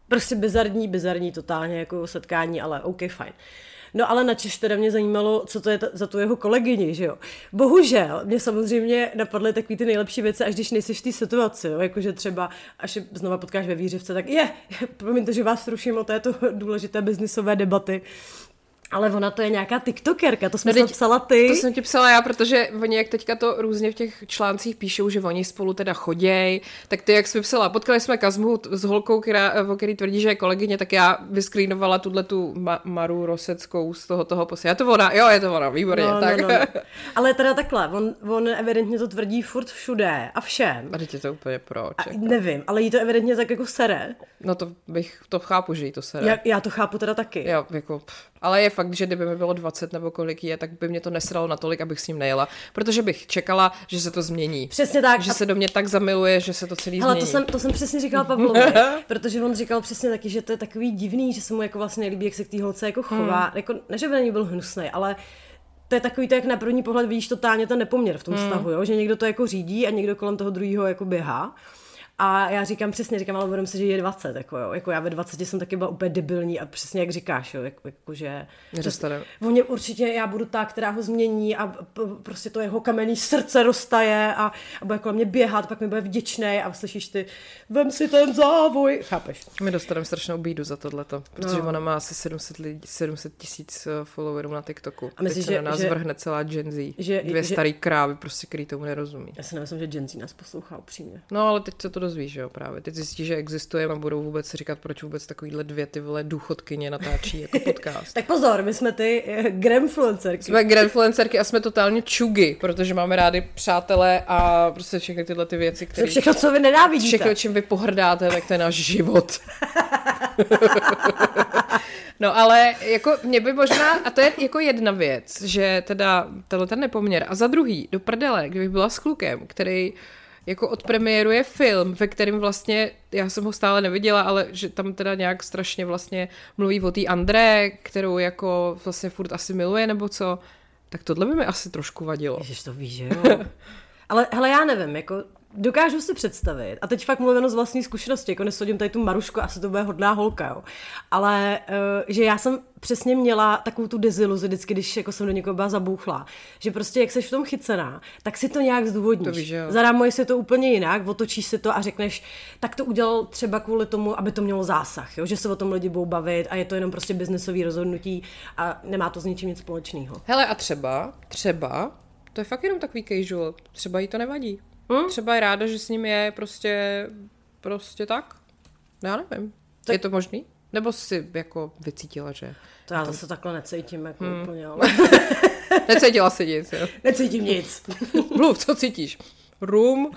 Prostě bizarní totálně jako setkání, ale OK, fajn. No ale načež teda mě zajímalo, co to je za tu jeho kolegyni, že jo. Bohužel, mě samozřejmě napadly takový ty nejlepší věci, až když nejseš v té situaci, jo. Jakože třeba, až znova potkáš ve Vířivce, tak promiňte, že vás ruším o této důležité biznisové debaty. Ale ona to je nějaká tiktokerka, to jsme no, psala ty. To jsem ti psala já, protože oni jak teďka to různě v těch článcích píšou, že oni spolu teda choděj, tak ty jak jsi psala, potkali jsme Kazmu s holkou, který tvrdí, že je kolegyně, tak já vyskrýnovala tu Maru Roseckou z toho posy. Je to ona, výborně. No, tak. No. Ale teda takhle, on evidentně to tvrdí furt všude a všem. A teď je to úplně proč? Nevím, ale jí to evidentně tak jako sere. No to chápu, že jí to sere. Já to chápu teda taky. Jo, jako... Ale je fakt, že kdyby mi bylo 20 nebo kolik je, tak by mě to nesralo natolik, abych s ním nejela, protože bych čekala, že se to změní. Přesně tak. Že se do mě tak zamiluje, že se to celý změní. To jsem přesně říkala Pavlovi, protože on říkal přesně taky, že to je takový divný, že se mu jako vlastně nelíbí, jak se k té holce jako chová. Jako, ne, že by na ní byl hnusnej, ale to je takový to, jak na první pohled vidíš totálně ten nepoměr v tom vztahu, jo? Že někdo to jako řídí a někdo kolem toho druhého jako běhá. A já říkám, ale uvědom si, že je 20, jako já ve 20 jsem taky byla úplně debilní a přesně jak říkáš, jo, jakože on je určitě, já budu ta, která ho změní a prostě to jeho kamenný srdce roztaje a bude kolem mě běhat, pak mi bude vděčnej a slyšíš ty, vem si ten závoj, chápeš? My dostaneme strašnou bídu za tohleto, protože ona má asi 700 tisíc followerů na TikToku. A myslíš, že na nás vrhne celá Gen Z. Dvě starý krávy, prostě, který tomu nerozumí. Já si nemyslím, že Gen Z nás poslouchá upřímně. No, ale teď se to dozvíš, jo, právě. Teď zjistíš, že existujeme a budou vůbec říkat, proč vůbec takovýhle dvě ty vole důchodkyně natáčí jako podcast. Tak pozor, my jsme ty gramfluencerky. Jsme gramfluencerky a jsme totálně čugy, protože máme rádi přátelé a prostě všechny tyhle ty věci, které... Všechno, co vy nenávidíte. Všechno, čím vy pohrdáte, tak to je náš život. No ale jako mě by možná, a to je jako jedna věc, že teda tenhle ten nepoměr. A za druhý, do prdele, kdybych byla s klukem, který jako odpremiéruje film, ve kterém vlastně, já jsem ho stále neviděla, ale že tam teda nějak strašně vlastně mluví o té André, kterou jako vlastně furt asi miluje, nebo co, tak tohle by mi asi trošku vadilo. Ježiš, to víš, že jo? Ale hele, já nevím, jako dokážu si představit, a teď fakt mluvím z vlastní zkušenosti, jako nesodím tady tu Marušku, asi to bude hodná holka, jo. Ale že já jsem přesně měla takovou tu deziluzi vždycky, když jako jsem do někoho byla zabouchla, že prostě jak seš v tom chycená, tak si to nějak zdůvodníš. To víš, jo. Zarámuješ si to úplně jinak, otočíš si to a řekneš, tak to udělal třeba kvůli tomu, aby to mělo zásah, jo? Že se o tom lidi budou bavit a je to jenom prostě biznesový rozhodnutí a nemá to s ničím nic společného. Hele, a třeba, to je fakt jenom takový casual, třeba jí to nevadí. Třeba je ráda, že s ním je prostě tak. Já nevím. Tak... Je to možný? Nebo jsi jako vycítila, že... To já zase takhle necítím jako úplně, ale... Necítila si nic, jo? Necítím nic. Mluv, co cítíš? Rum?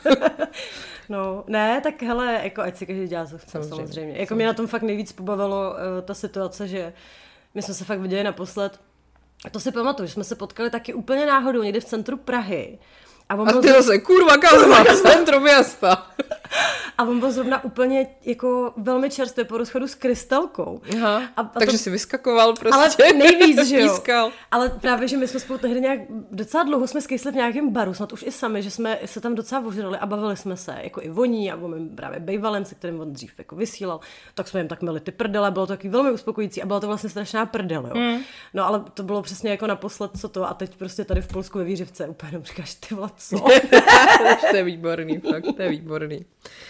No, ne, tak hele, jako ať si každý dělá, co chce, samozřejmě. Jako mě na tom fakt nejvíc pobavilo ta situace, že my jsme se fakt viděli naposled. A to si pamatuju, že jsme se potkali taky úplně náhodou někde v centru Prahy. A ty zase, kurva Kazma, v centru města. A on byl zrovna úplně jako velmi čerstvě po rozchodu s Krystalkou. Aha, takže si vyskakoval prostě. Ale nejvíc, že jo. Pískal. Ale právě, že my jsme spolu tehdy nějak docela dlouho jsme skysli v nějakém baru, snad už i sami, že jsme se tam docela ožrali a bavili jsme se, jako i voní a o mým právě bejvalem, se kterým on dřív jako vysílal, tak jsme jim tak měli ty prdele, bylo to taky velmi uspokojící a byla to vlastně strašná prdel, jo. No ale to bylo přesně jako naposled, co to, a teď prostě tady v Polsku ve Vířivce úplně jenom říkáš, ty vole, co? To je výborný, fakt, to je výborný.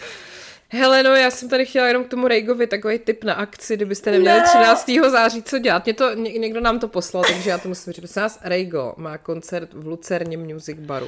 Hele, no, já jsem tady chtěla jenom k tomu Rejgovi takový tip na akci, kdybyste neměli 13. září co dělat. Někdo nám to poslal, takže já to musím říct. Nás Rejgo má koncert v Lucerně Music Baru.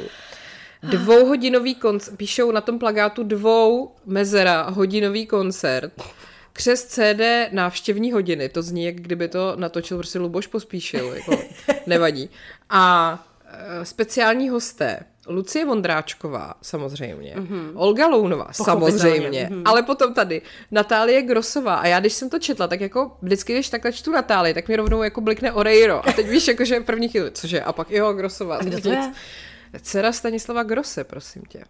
2hodinový koncert, píšou na tom plakátu 2 hodinový koncert. Křest CD návštěvní hodiny, to zní, jak kdyby to natočil prostě Luboš Pospíšil, jako nevadí. A speciální hosté. Lucie Vondráčková, samozřejmě. Olga Lounová, samozřejmě. Ale potom tady Natálie Grossová. A já, když jsem to četla, tak jako vždycky, když takhle čtu Natálii, tak mi rovnou jako blikne Oreiro. A teď víš, jakože první chvíli, cože? A pak jo, Grossová. A kdo to je? Dcera Stanislava Grosse, prosím tě.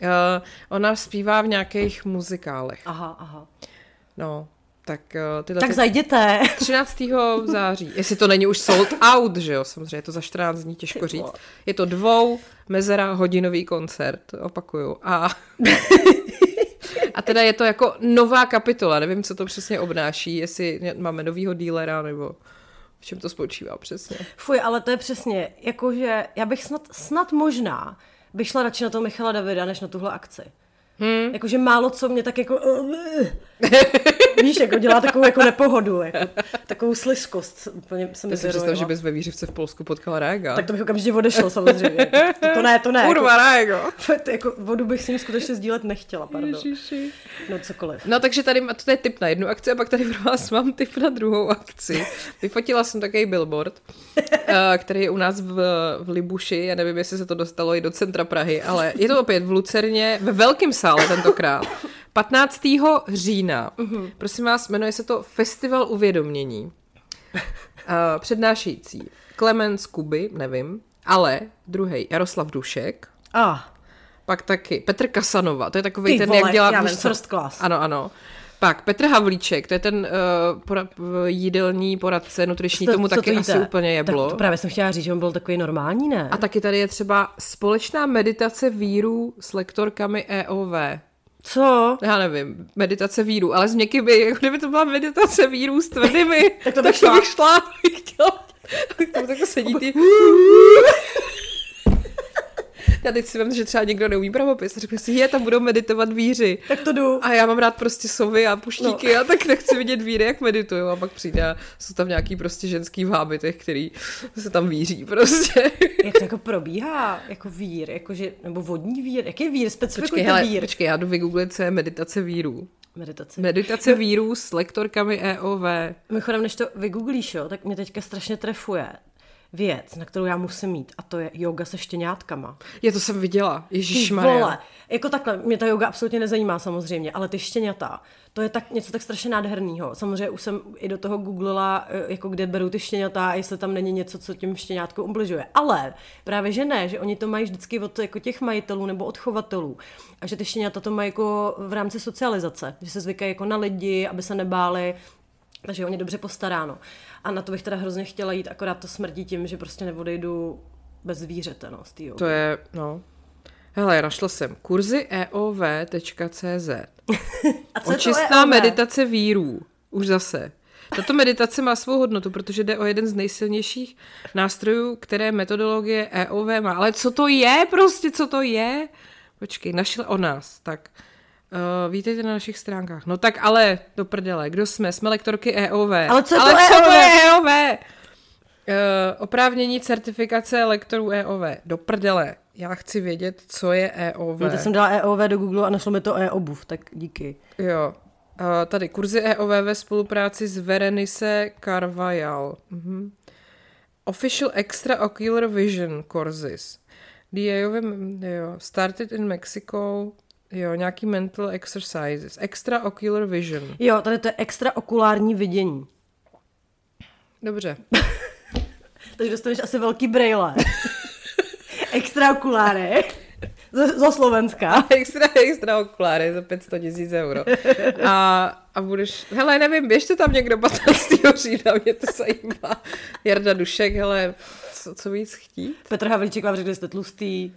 Ona zpívá v nějakých muzikálech. Aha. No, tak zajděte. 13. září. Jestli to není už sold out, že jo, samozřejmě, je to za 14 dní, těžko říct. Je to 2 hodinový koncert, opakuju. A A teda je to jako nová kapitola, nevím, co to přesně obnáší, jestli máme novýho dílera, nebo v čem to spočívá přesně. Fuj, ale to je přesně, jakože já bych snad možná bych šla radši na toho Michala Davida, než na tuhle akci. Jakože málo co mě tak jako... Víš, jako dělá takovou jako nepohodu, jako, takovou slizkost. Úplně se mi představ, že bys ve Vířivce v Polsku potkal Rága. Tak to bych okamžitě odešel samozřejmě. To ne. Kurva, Rágo. Jako vodu bych s ním skutečně sdílet nechtěla, pardon. Ježiši. No cokoliv. No takže tady, to je tip na jednu akci a pak tady pro vás mám tip na druhou akci. Vyfotila jsem takový billboard, který je u nás v Libuši, já nevím, jestli se to dostalo i do centra Prahy, ale je to opět v Lucerně, ve velkém sále tentokrát. 15. října. Prosím vás, jmenuje se to Festival uvědomění. Přednášející Klemens Kuby, nevím, ale druhý Jaroslav Dušek. Pak taky Petr Kasanova, to je takový ten, jak dělá... first class. Ano. Pak Petr Havlíček, to je ten jídelní poradce nutriční, tomu taky asi úplně jeblo. Tak to právě jsem chtěla říct, že on byl takový normální, ne? A taky tady je třeba společná meditace víru s lektorkami EOV. Co? Já nevím, meditace víru, ale s měkkými, jako kdyby to byla meditace víru s tvrdými, tak to bych šla. Bych chtěla. Tak sedí ty... Já teď si vím, že třeba někdo neumí pravopis a řekne si, tam budou meditovat víři. Tak to jdu. A já mám rád prostě sovy a puštíky a tak nechci vidět víry, jak meditují. A pak přijde a jsou tam nějaký prostě ženský v hábitech, který se tam víří prostě. Jak to jako probíhá? Jako vír? Jakože, nebo vodní vír? Jak je vír? Specifikujte vír. Počkej, já jdu vygooglit, co je meditace vírů. Meditace vírů s lektorkami EOV. Mimochodem, než to vygooglíš, tak mě teďka strašně trefuje věc, na kterou já musím mít, a to je yoga se štěňátkama. To jsem viděla, ježišmarja. Jako takhle, mě ta yoga absolutně nezajímá samozřejmě, ale ty štěňata, to je tak něco tak strašně nádherného. Samozřejmě už jsem i do toho googlila, jako kde berou ty štěňata a jestli tam není něco, co tím štěňátkům ubližuje. Ale právě že ne, že oni to mají vždycky od jako těch majitelů nebo od chovatelů. A že ty štěňata to mají jako v rámci socializace, že se zvykají jako na lidi, aby se nebáli. Takže o ně dobře postaráno. A na to bych teda hrozně chtěla jít, akorát to smrdí tím, že prostě neodejdu bez zvířete, z té jogy. To je, Hele, našla jsem kurzy eov.cz. Očistná meditace vírů. Už zase. Tato meditace má svou hodnotu, protože jde o jeden z nejsilnějších nástrojů, které metodologie EOV má. Ale co to je prostě, co to je? Počkej, našli o nás, tak... vítejte na našich stránkách. No tak ale, do prdele, kdo jsme? Jsme lektorky EOV. Ale co to je EOV? Oprávnění certifikace lektorů EOV. Do prdele. Já chci vědět, co je EOV. Já jsem dala EOV do Google a našlo mi to e-obuv, tak díky. Jo. Tady kurzy EOV ve spolupráci s Verenice Carvajal. Official Extraocular Vision Courses. Started in Mexico... nějaký mental exercises. Extraocular vision. Tady to je extraokulární vidění. Dobře. Takže dostaneš asi velký brejle. Extraokuláry. Za Slovenska. Extraokuláry za 500 000 euro. A budeš... Hele, nevím, běžte tam někdo 15. října, mě to zajímá. Jarda Dušek, hele, co víc chtít? Petr Havlíček vám řekl, že jste tlustý.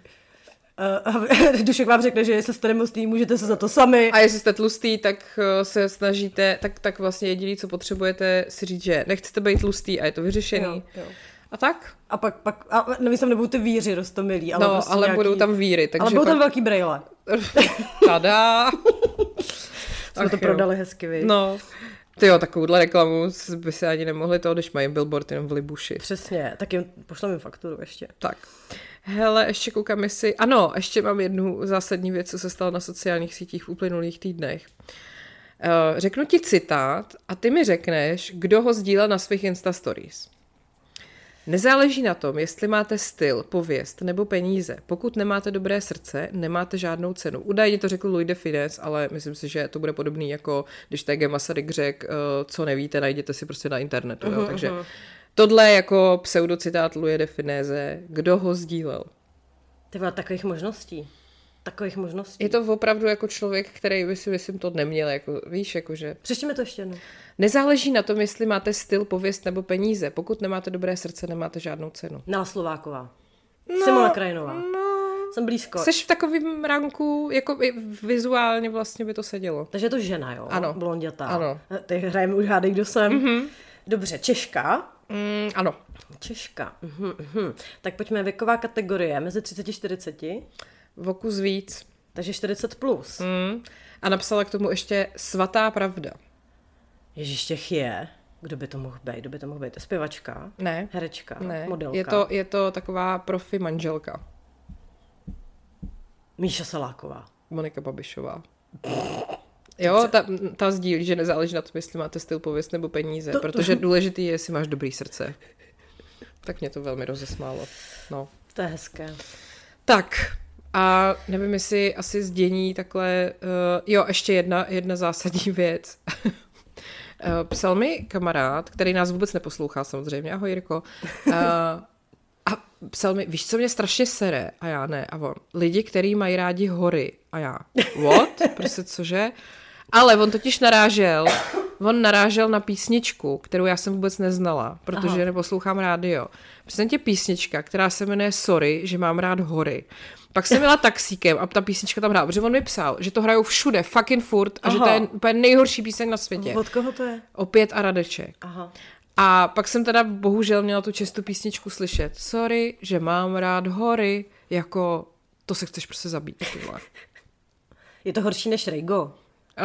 Dušek vám řekne, že jestli jste nemocný, můžete se za to sami. A jestli jste tlustý, tak se snažíte, tak vlastně jediný, co potřebujete, si říct, že nechcete být tlustý a je to vyřešený. Jo. A tak? A pak nevím, tam nebudou ty víři roztomilí. Ale prostě ale budou tam víry. Takže ale budou tam velký brejle. Tada! Jsme to prodali hezky, víš. No. Tyjo, takovouhle reklamu by se ani nemohli toho, když mají billboard jenom v Libuši. Přesně, tak jim pošleme fakturu ještě. Tak. Hele, ještě koukám, jestli... Ano, ještě mám jednu zásadní věc, co se stalo na sociálních sítích v uplynulých týdnech. Řeknu ti citát a ty mi řekneš, kdo ho sdílel na svých Insta Stories. Nezáleží na tom, jestli máte styl, pověst nebo peníze. Pokud nemáte dobré srdce, nemáte žádnou cenu. Údajně to řekl Louis de Funès, ale myslím si, že to bude podobný jako když T.G. Masaryk řekl, co nevíte, najděte si prostě na internetu. Jo? Takže tohle je jako pseudocitát Louis de Funèse. Kdo ho sdílel? Ty vole, takových možností. Je to opravdu jako člověk, který by si myslím to neměl, jako, víš, jakože... Přečtěme to ještě jednou. Nezáleží na tom, jestli máte styl, pověst nebo peníze. Pokud nemáte dobré srdce, nemáte žádnou cenu. Nela Slováková. Simona Krajinová. jsem blízko. Seš v takovém ranku, jako vizuálně vlastně by to sedělo. Takže je to žena, jo? Ano. Blondětá. Ano. Teď hrajeme už hádej, kdo jsem. Dobře, Češka. Ano. Češka. Tak pojďme, věková kategorie, mezi 30 a 40. O kus víc. Takže 40 plus. A napsala k tomu ještě svatá pravda. Ježíš, těch je. Kdo by to mohl být? Kdo by to mohl být? Zpěvačka? Ne. Herečka? Ne. Modelka? Je to taková profi manželka. Míša Saláková. Monika Babišová. Jo, ta sdílí, že nezáleží na tom, jestli máte styl, pověst nebo peníze, protože důležitý je, jestli máš dobrý srdce. Tak mě to velmi rozesmálo. No. To je hezké. Tak, a nevím, jestli asi zdění takhle... jo, ještě jedna zásadní věc. Psal mi kamarád, který nás vůbec neposlouchá samozřejmě, ahoj Jirko, a psal mi, víš, co mě strašně sere? A já ne, a on, lidi, kteří mají rádi hory. A já, what? Prostě cože? Ale on totiž narážel na písničku, kterou já jsem vůbec neznala, protože neposlouchám rádio. Představím tě písnička, která se jmenuje Sorry, že mám rád hory. Pak jsem jela taxíkem a ta písnička tam hrála, protože on mi psal, že to hrajou všude, fucking furt, a že to je úplně nejhorší píseň na světě. Od koho to je? Opět a Radeček. Aha. A pak jsem teda bohužel měla tu čest tu písničku slyšet. Sorry, že mám rád hory, jako to se chceš prostě zabít. Je to horší než Rejgo?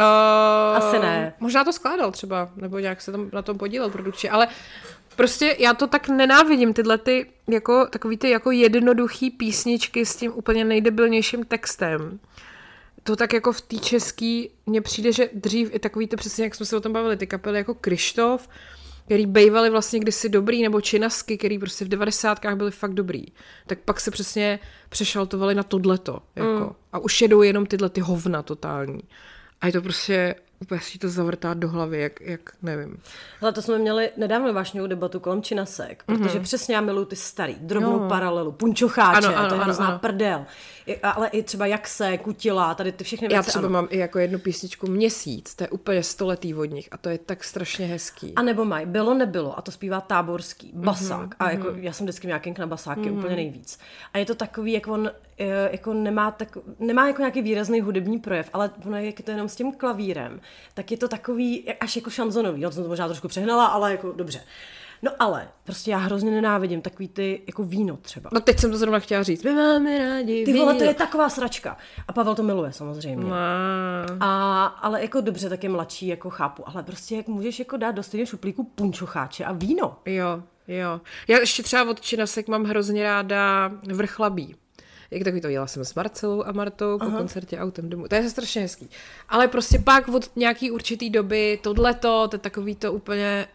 Asi ne. Možná to skládal třeba, nebo nějak se tam na tom podílel produkčně, ale prostě já to tak nenávidím, tyhle takový ty jako jednoduchý písničky s tím úplně nejdebilnějším textem. To tak jako v té český mně přijde, že dřív i takový ty přesně, jak jsme se o tom bavili, ty kapely jako Kryštof, který bejvali vlastně kdysi dobrý, nebo Činasky, který prostě v 90kách byli fakt dobrý. Tak pak se přesně přešaltovali na tohleto. Jako. A už jedou jenom tyhle ty hovna totální. A je to prostě úplně si to zavrtá do hlavy, jak nevím. Ale to jsme měli nedávno vášnivou debatu kolem Činasek, protože přesně já miluju ty starý, drobnou paralelu, punčocháče, to je hrozná prdel. Ale i třeba Jak se, Kutila, tady ty všechny věci. Já třeba mám i jako jednu písničku Měsíc, to je úplně stoletý od nich a to je tak strašně hezký. A nebo mají Bylo nebylo a to zpívá Táborský, basák. A jako já jsem vždycky nějaký na basáky úplně nejvíc. A je to takový, jak on jako nemá jako nějaký výrazný hudební projev, ale ono je to jenom s tím klavírem, tak je to takový až jako šanzonový. No, to jsem to možná trošku přehnala, ale jako dobře. No ale prostě já hrozně nenávidím takový ty jako víno třeba. No teď jsem to zrovna chtěla říct. My máme rádi ty vole, to je taková sračka. A Pavel to miluje samozřejmě. No. Ale jako dobře, tak je mladší, jako chápu. Ale prostě jak můžeš jako dát do stejného šuplíku punčocháče a víno. Jo. Já ještě třeba od Činasek mám hrozně ráda Vrchlabí. Jak takový to jela jsem s Marcelou a Martou po koncertě autem domů. To je strašně hezký. Ale prostě pak od nějaký určitý doby to je takový to úplně...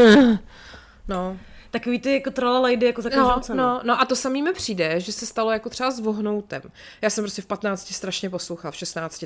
No. Takový ty jako tralalajdy jako za každou cenu. No a to samý mi přijde, že se stalo jako třeba s Vohnoutem. Já jsem prostě v 15 strašně poslouchala, v 16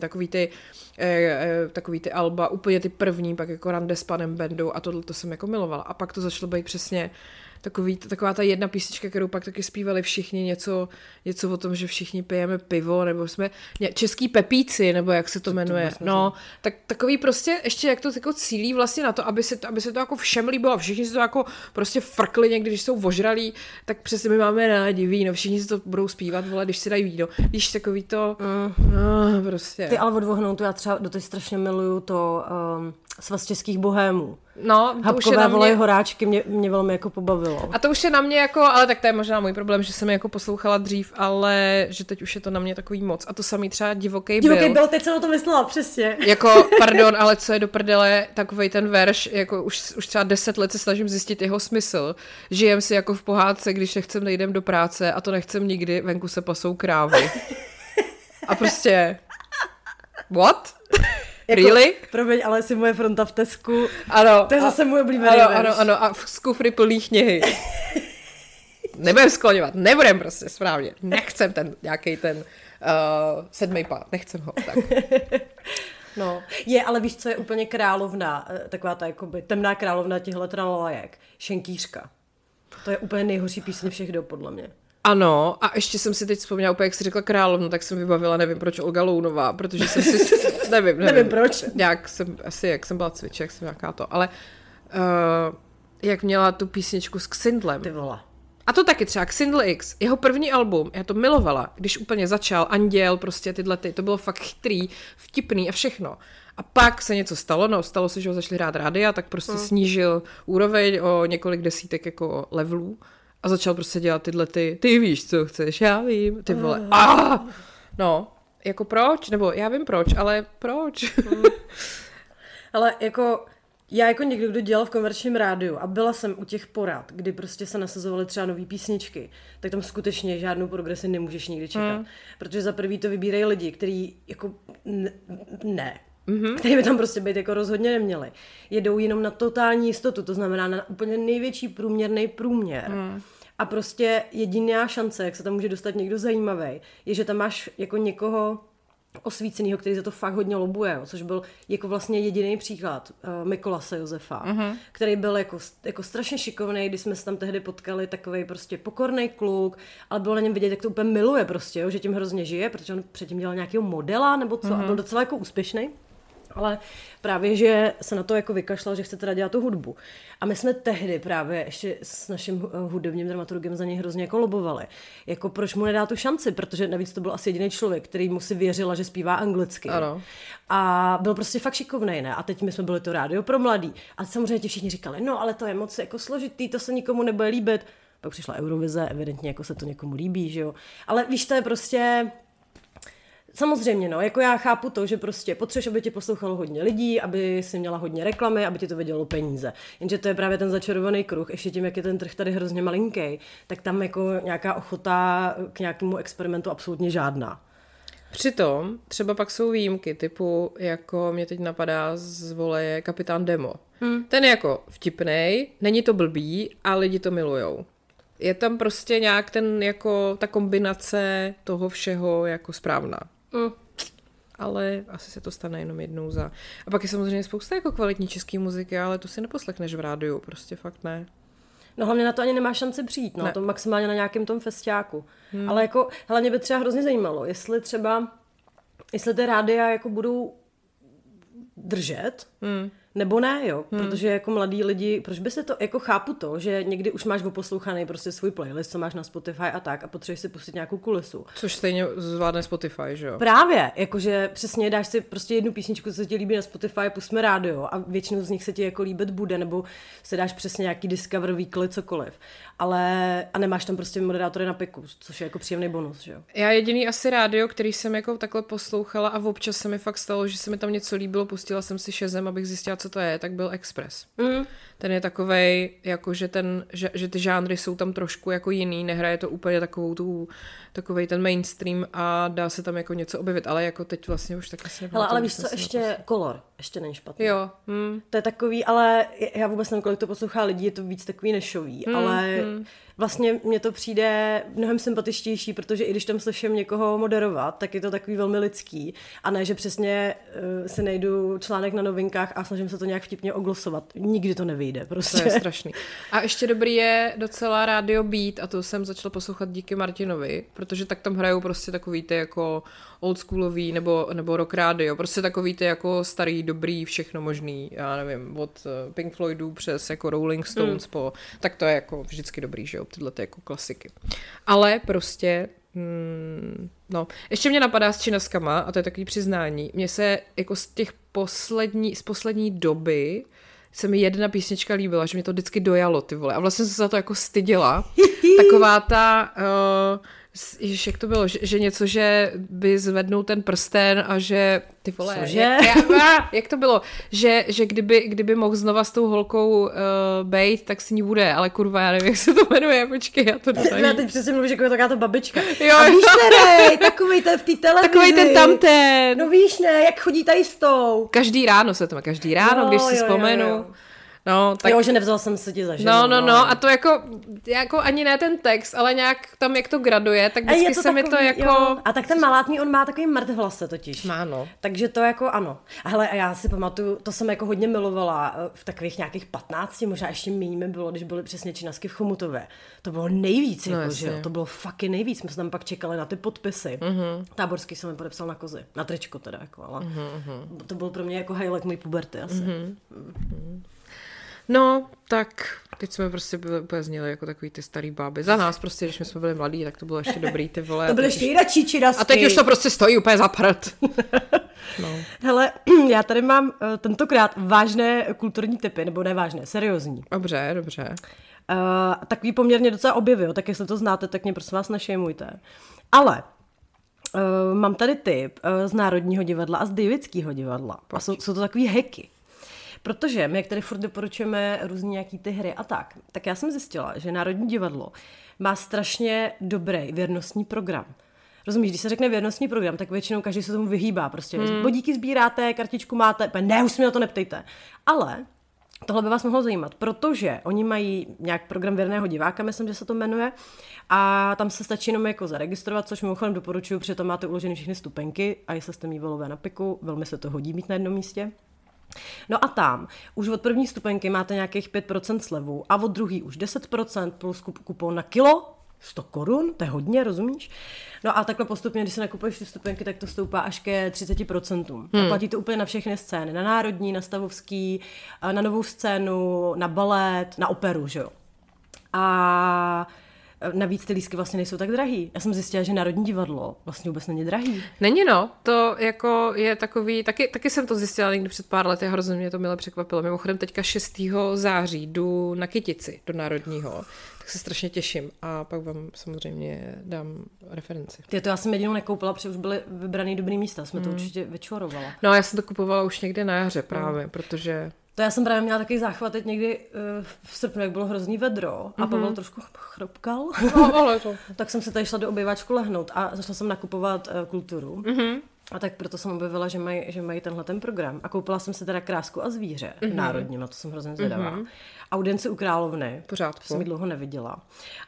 takový ty alba, úplně ty první, pak jako Rande s panem Bendou a tohle to jsem jako milovala. A pak to začalo být přesně taková ta jedna písnička, kterou pak taky zpívali všichni, něco o tom, že všichni pijeme pivo, nebo jsme český pepíci, nebo jak se to jmenuje. No, tak takový prostě ještě jak to jako cílí vlastně na to, aby se to jako všem líbilo a všichni si to jako prostě frkli někdy, když jsou ožralí, tak přesně my máme rádi víno, všichni si to budou zpívat, vole, když si dají víno. Víš, takový to, prostě. Ty ale od Vohnoutu já třeba doteď strašně miluju to Svaz českých bohémů. No, to už je na mě... horáčky mě velmi jako pobavilo. A to už je na mě jako, ale tak to je možná můj problém, že jsem je jako poslouchala dřív, ale že teď už je to na mě takový moc. A to samý třeba Divoký byl, teď jsem o to myslela, přesně. Jako, pardon, ale co je do prdele, takovej ten verš, jako už třeba 10 let se snažím zjistit jeho smysl. Žijem si jako v pohádce, když nechcem, nejdem do práce a to nechcem nikdy, venku se pasou krávy. A prostě, what? Jako, really? Promiň, ale jsi moje fronta v Tesku. Ano. To je zase můj oblíbený verš. Ano, a z kufry plný knihy. Nebudem skloňovat, nebudem prostě správně. Nechcem nějaký ten 7. pád, nechcem ho. Tak. No, ale víš, co je úplně královna, taková ta jakoby temná královna těchto tralalajek? Šenkýřka. To je úplně nejhorší píseň všech dob, podle mě. Ano, a ještě jsem si teď vzpomněla, úplně jak jsi řekla královnu, tak jsem vybavila, nevím proč, Olga Lounová, protože jsem si, nevím proč. Jak jsem byla cviček, jak jsem nějaká to, ale jak měla tu písničku s Ksindlem. Ty vole. A to taky třeba Xindl X, jeho první album, já to milovala, když úplně začal, Anděl, prostě to bylo fakt chytrý, vtipný a všechno. A pak se něco stalo, no stalo se, že ho začali hrát rádia, tak prostě snížil úroveň o několik desítek jako levelů a začal prostě dělat ty víš, co chceš, já vím, ty vole, no, jako proč, nebo já vím proč, ale proč? Ale jako... Já jako někdo, kdo dělal v komerčním rádiu a byla jsem u těch porad, kdy prostě se nasazovaly třeba nový písničky, tak tam skutečně žádnou progresi nemůžeš nikdy čekat. Protože za prvý to vybírají lidi, kteří jako ne. Který by tam prostě být jako rozhodně neměli. Jedou jenom na totální jistotu, to znamená na úplně největší průměrný průměr. A prostě jediná šance, jak se tam může dostat někdo zajímavý, je, že tam máš jako někoho osvícenýho, který za to fakt hodně lobuje, což byl jako vlastně jediný příklad Mikolase Josefa, který byl jako strašně šikovnej, když jsme se tam tehdy potkali, takovej prostě pokornej kluk, ale bylo na něm vidět, jak to úplně miluje prostě, jo, že tím hrozně žije, protože on předtím dělal nějakého modela nebo co a byl docela jako úspěšný. Ale právě, že se na to jako vykašlal, že chce teda dělat tu hudbu. A my jsme tehdy právě ještě s naším hudebním dramaturgem za něj hrozně jako lobovali. Jako proč mu nedá tu šanci, protože navíc to byl asi jediný člověk, který mu si věřila, že zpívá anglicky. Ano. A byl prostě fakt šikovnej, ne? A teď my jsme byli to rádio pro mladý. A samozřejmě ti všichni říkali, no ale to je moc jako složitý, to se nikomu nebude líbit. Pak přišla Eurovize, evidentně jako se to někomu líbí, že jo. Ale víš, to je prostě... Samozřejmě, no, jako já chápu to, že prostě potřebuješ, aby tě poslouchalo hodně lidí, aby si měla hodně reklamy, aby ti to vydělalo peníze. Jenže to je právě ten začarovaný kruh, ještě tím, jak je ten trh tady hrozně malinký, tak tam jako nějaká ochota k nějakému experimentu absolutně žádná. Přitom třeba pak jsou výjimky, typu, jako mě teď napadá z voleje Kapitán Demo. Ten je jako vtipnej, není to blbý a lidi to milujou. Je tam prostě nějak ta kombinace toho všeho jako správná. Ale asi se to stane jenom jednou za... A pak je samozřejmě spousta jako kvalitní české muziky, ale to si neposlechneš v rádiu, prostě fakt ne. No hlavně na to ani nemá šanci přijít, no, to maximálně na nějakém tom festiáku. Ale jako, hlavně by třeba hrozně zajímalo, jestli ty rádia jako budou držet, nebo ne, jo, protože jako mladí lidi, proč by se to, jako chápu to, že někdy už máš oposlouchaný prostě svůj playlist, co máš na Spotify a tak a potřebuješ si pustit nějakou kulisu. Což stejně zvládne Spotify, že jo? Právě, jakože přesně dáš si prostě jednu písničku, co se ti líbí na Spotify, pustíme rádio a většinu z nich se ti jako líbit bude, nebo si dáš přesně nějaký Discover Weekly, cokoliv. Ale a nemáš tam prostě moderátory na piku, což je jako příjemný bonus, že jo? Já jediný asi rádio, který jsem jako takhle poslouchala a občas se mi fakt stalo, že se mi tam něco líbilo, pustila jsem si Shazam, abych zjistila, co to je, tak byl Express. Ten je takovej, jako že ty žánry jsou tam trošku jako jiný, nehraje to úplně takovej ten mainstream a dá se tam jako něco objevit, ale jako teď vlastně už taky se... Hele, ale víš co, ještě Color, ještě není špatný. Jo. To je takový, ale já vůbec nevím, kolik to poslouchá lidí, je to víc takový nešový, ale vlastně mně to přijde mnohem sympatičtější, protože i když tam slyším někoho moderovat, tak je to takový velmi lidský a ne, že přesně si najdu článek na Novinkách a snažím se to nějak vtipně oglosovat. Nikdy to nevyjde, prostě. To je strašný. A ještě dobrý je docela rádio Beat a to jsem začala poslouchat díky Martinovi, protože tak tam hrajou prostě takový ty jako oldschoolový nebo rock rádio, prostě takový ty jako starý, dobrý, všechno možný, já nevím, od Pink Floydů přes jako Rolling Stones tak to je jako vždycky dobrý, že jo, tyhle ty jako klasiky. Ale prostě no, ještě mě napadá s činaskama a to je takový přiznání. Mně se jako z poslední doby se mi jedna písnička líbila, že mě to vždycky dojalo, ty vole. A vlastně jsem se za to jako styděla. Taková ta... Ježiš, jak to bylo, že něco, že by zvednul ten prsten a že ty vole, jak to bylo, že kdyby mohl znova s tou holkou bejt, tak s ní bude, ale kurva, já nevím, jak se to jmenuje, počkej, já to dostaví. Já teď přesně mluvíš, jako je taková ta babička. Jo, a víš, ne, takovej ten v té televizi. Takovej ten tamten. No víš, ne, jak chodí tady s tou. Každý ráno se to má, každý ráno, když si vzpomenu. Jo. No, tak... Jo, že nevzala jsem se ti za ženu. No, a to jako ani ne ten text, ale nějak tam, jak to graduje, tak vždycky se mi to jako... Jo. A tak ten malátný, on má takový mrt v hlase totiž. Má, no. Takže to jako ano. A hele, a já si pamatuju, to jsem jako hodně milovala v takových nějakých 15, možná ještě méně mi bylo, když byly přesně činasky v Chomutově. To bylo nejvíc, jako, že jo, to bylo fucking nejvíc. My jsme tam pak čekali na ty podpisy. Táborský jsem mi podepsal na kozy, na tričko teda, jako, ale to byl pro mě jako highlight mojí puberty asi. No, tak teď jsme prostě byli úplně zněli jako takový ty starý báby. Za nás prostě, když my jsme byli mladí, tak to bylo ještě dobrý, ty vole. To byly ještě jidačí čirasky. A teď už to prostě stojí úplně za prd. No. Hele, já tady mám tentokrát vážné kulturní typy, nebo nevážné, seriózní. Dobře. Takový poměrně docela objevy, tak jestli to znáte, tak mě prosím vás nešejmujte. Ale mám tady tip z Národního divadla a z Davidského divadla. A jsou to takový hacky. Protože my, jak tady furt doporučujeme různý nějaký ty hry a tak já jsem zjistila, že Národní divadlo má strašně dobrý věrnostní program. Rozumíš, když se řekne věrnostní program, tak většinou každý se tomu vyhýbá. Prostě bodíky sbíráte, kartičku máte, ne, už se mě na to neptejte. Ale tohle by vás mohlo zajímat, protože oni mají nějak program věrného diváka, myslím, že se to jmenuje, a tam se stačí jenom jako zaregistrovat, což mimochodem doporučuji, protože tam máte uloženy všechny stupenky a jestli jste mývalové na piku, velmi se to hodí mít na jednom místě. No a tam už od první stupenky máte nějakých 5% slevu a od druhý už 10% plus kupon na kilo, 100 korun, to je hodně, rozumíš? No a takhle postupně, když se nakupuješ ty stupenky, tak to stoupá až ke 30%. A platí to úplně na všechny scény, na Národní, na Stavovský, na Novou scénu, na balet, na operu, že jo? A navíc ty lístky vlastně nejsou tak drahý. Já jsem zjistila, že Národní divadlo vlastně vůbec není drahý. Není no, to jako je takový, taky jsem to zjistila někdy před pár lety a hrozně mě to mile překvapilo. Mimochodem teďka 6. září jdu na Kytici do Národního, tak se strašně těším a pak vám samozřejmě dám referenci. To já jsem jedinou nekoupila, protože už byly vybraný dobrý místa, jsme to určitě vyčvorovala. No já jsem to kupovala už někde na jaře právě, protože... To já jsem právě měla takový záchvat teď někdy v srpnu, jak bylo hrozný vedro a Pavel trošku chropkal. No, ale to. Tak jsem se tady šla do obýváčku lehnout a začala jsem nakupovat kulturu. A tak proto jsem objevila, že mají tenhle ten program. A koupila jsem si teda Krásku a zvíře národním, na to jsem hrozně zvědavá. Audienci u Královny. Pořádku. Jsem ji dlouho neviděla.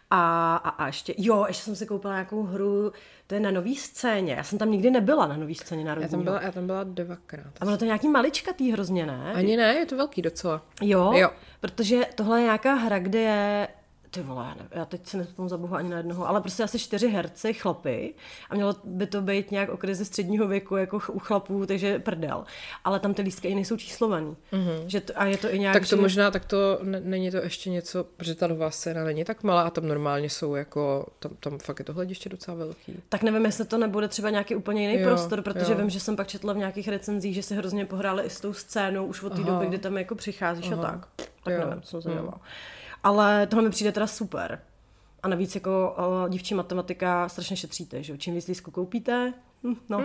A ještě jsem si koupila nějakou hru, to je na Nový scéně. Já jsem tam nikdy nebyla na Nový scéně národního. Já tam byla 2krát. A bylo to nějaký maličkatý hrozně, ne? Ani ne, je to velký docela. Jo, protože tohle je nějaká hra, kde je... Ty vole, já teď se nespomínám za boha ani na jednoho, ale prostě asi 4 herci, chlapy, a mělo by to být nějak o krizi středního věku, jako u chlapů, takže prdel. Ale tam ty lístky i nejsou číslovaný. A je to i nějak... Tak to možná, není to ještě něco, protože ta Nová scéna není tak malá a tam normálně jsou jako, tam fakt je to hlediště docela velký. Tak nevím, jestli to nebude třeba nějaký úplně jiný prostor, protože vím, že jsem pak četla v nějakých recenzích, že si hrozně pohráli i s tou scénou už od té doby, kdy tam jako přicházíš a tak. Tak nevím, co jsem zvědavá. Ale tohle mi přijde teda super. A navíc jako dívčí matematika strašně šetříte, že? Čím víc lístku koupíte, no.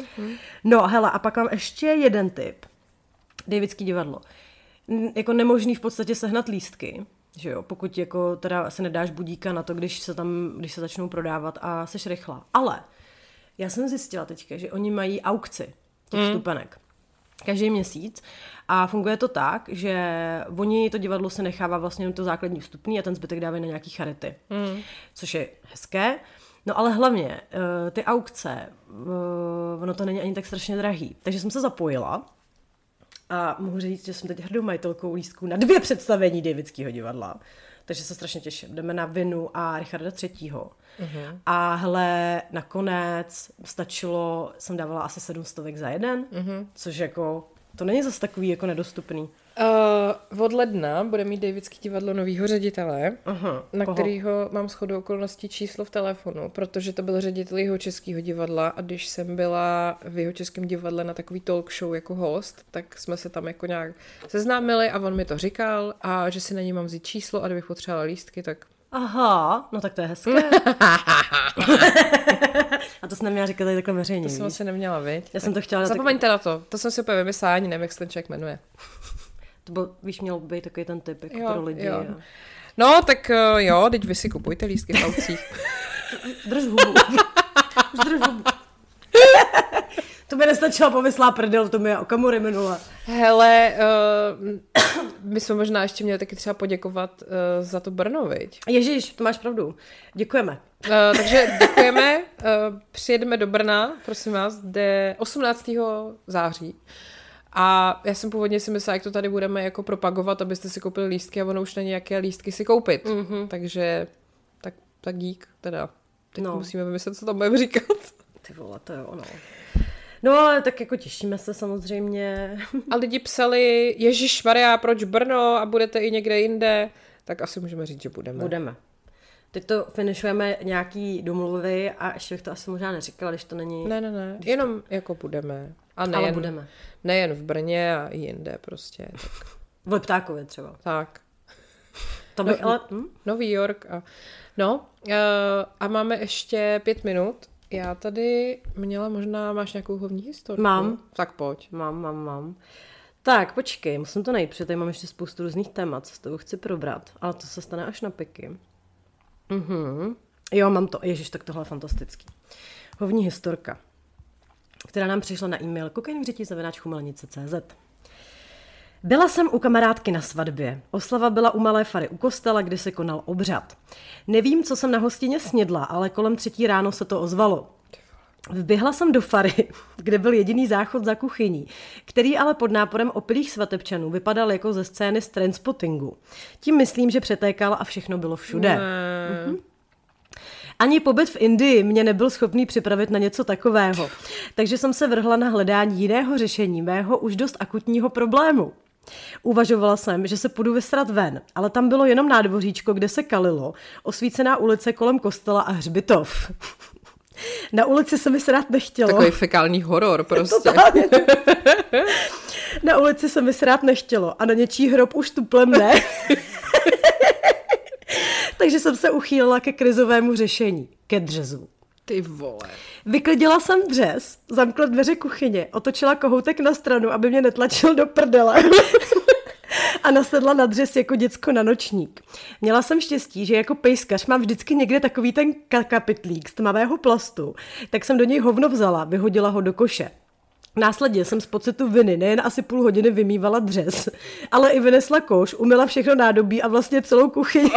No, hele, a pak mám ještě jeden tip. Davidský divadlo. Jako nemožný v podstatě sehnat lístky, že jo? Pokud jako teda se nedáš budíka na to, když se začnou prodávat a seš rychlá. Ale já jsem zjistila teďka, že oni mají aukci těch vstupenek. Každý měsíc. A funguje to tak, že to divadlo se nechává vlastně to základní vstupný a ten zbytek dávají na nějaký charity. Což je hezké. No ale hlavně ty aukce, ono to není ani tak strašně drahý. Takže jsem se zapojila a mohu říct, že jsem teď hrdou majitelkou lístků na 2 představení Davidského divadla. Takže se strašně těším. Jdeme na Vinu a Richarda III. A hele, nakonec stačilo, jsem dávala asi 700 za jeden, což jako, to není zase takový jako nedostupný. Od ledna bude mít Davidský divadlo novýho ředitele, na kterýho mám shodou okolností číslo v telefonu, protože to byl ředitel Jihočeského divadla a když jsem byla v Jihočeském divadle na takový talk show jako host, tak jsme se tam jako nějak seznámili a on mi to říkal a že si na ní mám vzít číslo a kdybych potřebovala lístky, tak... Aha, no tak to je hezké. A to jsem neměla říkat tady takhle veřejně. To jsem asi neměla, viď? Já jsem to chtěla... Zapomeňte na to, to jsem si úplně vymyslela, ani nevím, jak se ten člověk jmenuje. To byl, měl být takový ten typ jako pro lidi. Jo. No, tak teď vy si kupujte lístky v aukcích. Drž hubu. To by nestačila povyslá prdel, to mi Okamury minula. Hele, my jsme možná ještě měli taky třeba poděkovat za to Brno, viď? Ježíš, to máš pravdu. Děkujeme. Takže děkujeme, přijedeme do Brna, prosím vás, 18. září. A já jsem původně si myslela, jak to tady budeme jako propagovat, abyste si koupili lístky a ono už není jaké lístky si koupit. Takže tak dík teda. Teď musíme vymyslet, co tam budeme říkat. Ty vole, to jo, no. No ale tak jako těšíme se samozřejmě. A lidi psali, ježišmarja, proč Brno a budete i někde jinde? Tak asi můžeme říct, že budeme. Budeme. Teď to finišujeme nějaký domluvy a ještě bych to asi možná neříkala, když to není... Ne, jenom jako budeme. A nejen, ale budeme. Nejen v Brně a i jinde prostě. Tak. V Leptákově třeba. Tak. To bych ale... Nový York a... No, a máme ještě 5 minut. Já tady měla možná, máš nějakou hlavní historku? Mám. Tak pojď. Mám. Tak, počkej, musím to najít, protože tady mám ještě spoustu různých témat, co s tebou chci probrat, ale to se stane až na piky. Jo, mám to. Ježiš, tak tohle je fantastický. Hovní historka, která nám přišla na e-mail kokainvřití@chumelenice.cz. Byla jsem u kamarádky na svatbě. Oslava byla u Malé Fary u kostela, kde se konal obřad. Nevím, co jsem na hostině snědla, ale kolem 3 ráno se to ozvalo. Vběhla jsem do fary, kde byl jediný záchod za kuchyní, který ale pod náporem opilých svatebčanů vypadal jako ze scény z Trainspottingu. Tím myslím, že přetékal a všechno bylo všude. Ani pobyt v Indii mě nebyl schopný připravit na něco takového, takže jsem se vrhla na hledání jiného řešení mého už dost akutního problému. Uvažovala jsem, že se půjdu vysrat ven, ale tam bylo jenom nádvoříčko, kde se kalilo, osvícená ulice kolem kostela a hřbitov. Na ulici se mi srát nechtělo. Takový fekální horor prostě. Na ulici se mi srát nechtělo a na něčí hrob už tuplem ne. Takže jsem se uchýlila ke krizovému řešení. Ke dřezu. Ty vole. Vyklidila jsem dřez, zamkla dveře kuchyně, otočila kohoutek na stranu, aby mě netlačil do prdele. A nasedla na dřez jako děcko na nočník. Měla jsem štěstí, že jako pejskař mám vždycky někde takový ten kapitlík z tmavého plastu, tak jsem do něj hovno vzala, vyhodila ho do koše. Následně jsem z pocitu viny nejen asi půl hodiny vymývala dřez, ale i vynesla koš, umyla všechno nádobí a vlastně celou kuchyni,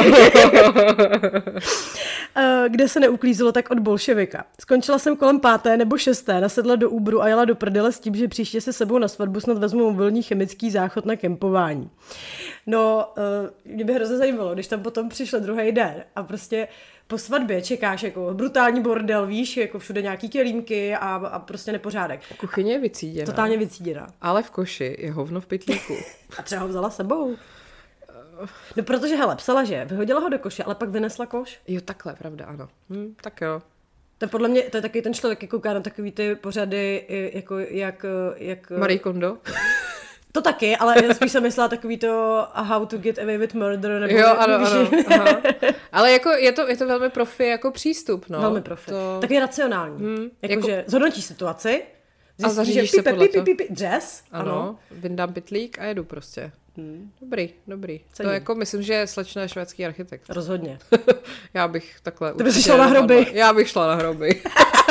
kde se neuklízelo tak od bolševika. Skončila jsem kolem 5. nebo 6. nasedla do Uberu a jela do prdele s tím, že příště se sebou na svatbu snad vezmu mobilní chemický záchod na kempování. No, mě by hrozně zajímalo, když tam potom přišel druhý den a prostě po svatbě čekáš jako brutální bordel, víš, jako všude nějaký kelímky a prostě nepořádek. Kuchyně je vycíděná. Totálně vycíděná. Ale v koši je hovno v pytlíku. A třeba ho vzala sebou. No protože, hele, psala, že vyhodila ho do koše, ale pak vynesla koš. Jo, takhle, pravda, ano. Tak jo. To je podle mě, to je taky ten člověk, jako kouká na takový ty pořady, jako jak Marie Kondo. To taky, ale spíš jsem myslela takový to How to get away with murder. Nebo jo, ano. Ale jako je to velmi profi jako přístup, no. Velmi profi. Tak je racionální. Jakože zhodnotíš situaci, a zařídíš se podle toho. Dřez, ano. Vyndám pytlík a jedu prostě. Dobrý. Cením. To jako myslím, že je slečna švédský architekt. Rozhodně. Já bych takhle... Ty bys šla na hroby. Já bych šla na hroby.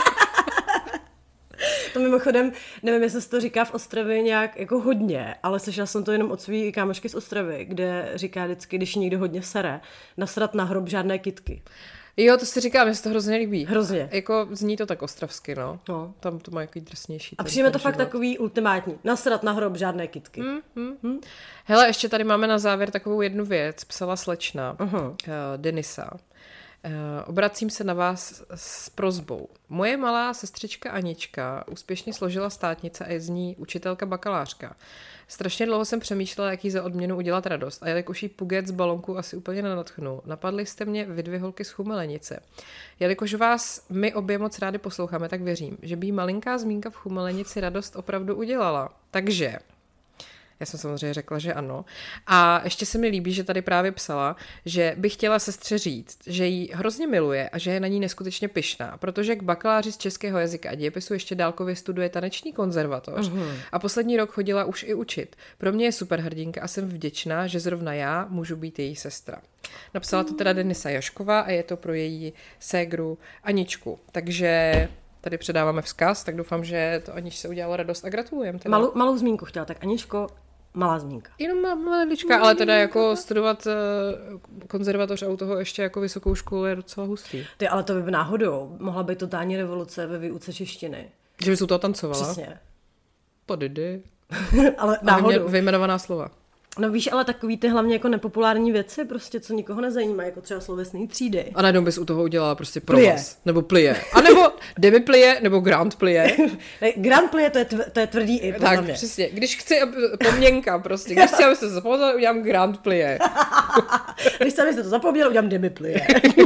To mimochodem, nevím, jestli se to říká v Ostravě nějak jako hodně, ale slyšela jsem to jenom od svý kámošky z Ostravy, kde říká vždycky, když někdo hodně sere, nasrat na hrob žádné kytky. Jo, to si říkám, že se to hrozně líbí. Hrozně. Jako zní to tak ostravsky, no. Tam to má jaký drsnější. A přijme to fakt takový ultimátní. Nasrat na hrob žádné kytky. Hele, ještě tady máme na závěr takovou jednu věc. Psala slečna Denisa. Obracím se na vás s prosbou. Moje malá sestřička Anička úspěšně složila státnice a je z ní učitelka bakalářka. Strašně dlouho jsem přemýšlela, jak jí za odměnu udělat radost a jelikož jí puget z balonku asi úplně nenadchnu, napadly jste mě vy 2 holky z Chumelenice. Jelikož vás my obě moc rádi posloucháme, tak věřím, že by jí malinká zmínka v Chumelenici radost opravdu udělala. Takže... Já jsem samozřejmě řekla, že ano. A ještě se mi líbí, že tady právě psala, že by chtěla sestře říct, že ji hrozně miluje a že je na ní neskutečně pyšná, protože k bakaláři z českého jazyka a dějepisu ještě dálkově studuje taneční konzervatoř a poslední rok chodila už i učit. Pro mě je super hrdinka a jsem vděčná, že zrovna já můžu být její sestra. Napsala to teda Denisa Jašková a je to pro její ségru Aničku. Takže... Tady předáváme vzkaz, tak doufám, že to Aničce udělalo radost a gratulujeme. Malou zmínku chtěla, tak Aničko, malá zmínka. Jenom malilička, ale teda jako studovat konzervatoř a u toho ještě jako vysokou školu je docela hustý. Ty, ale to by náhodou mohla být totální revoluce ve výuce češtiny. Že bys u toho tancovala? Přesně. Podidy. Ale náhodou. Vyjmenovaná slova. No víš, ale takový ty hlavně jako nepopulární věci, prostě co nikoho nezajímá, jako třeba slovesný třídy. A najednou bys u toho udělala prostě provaz. Nebo plie. A nebo demi-plie, nebo grand plie. Grand plie, to je tvrdý i, podle Tak, mě. přesně. Když chci pomněnka prostě. Když chci, aby se zapomněla, udělám grand plie. Když jsem to zapomněl, udělám demi plie.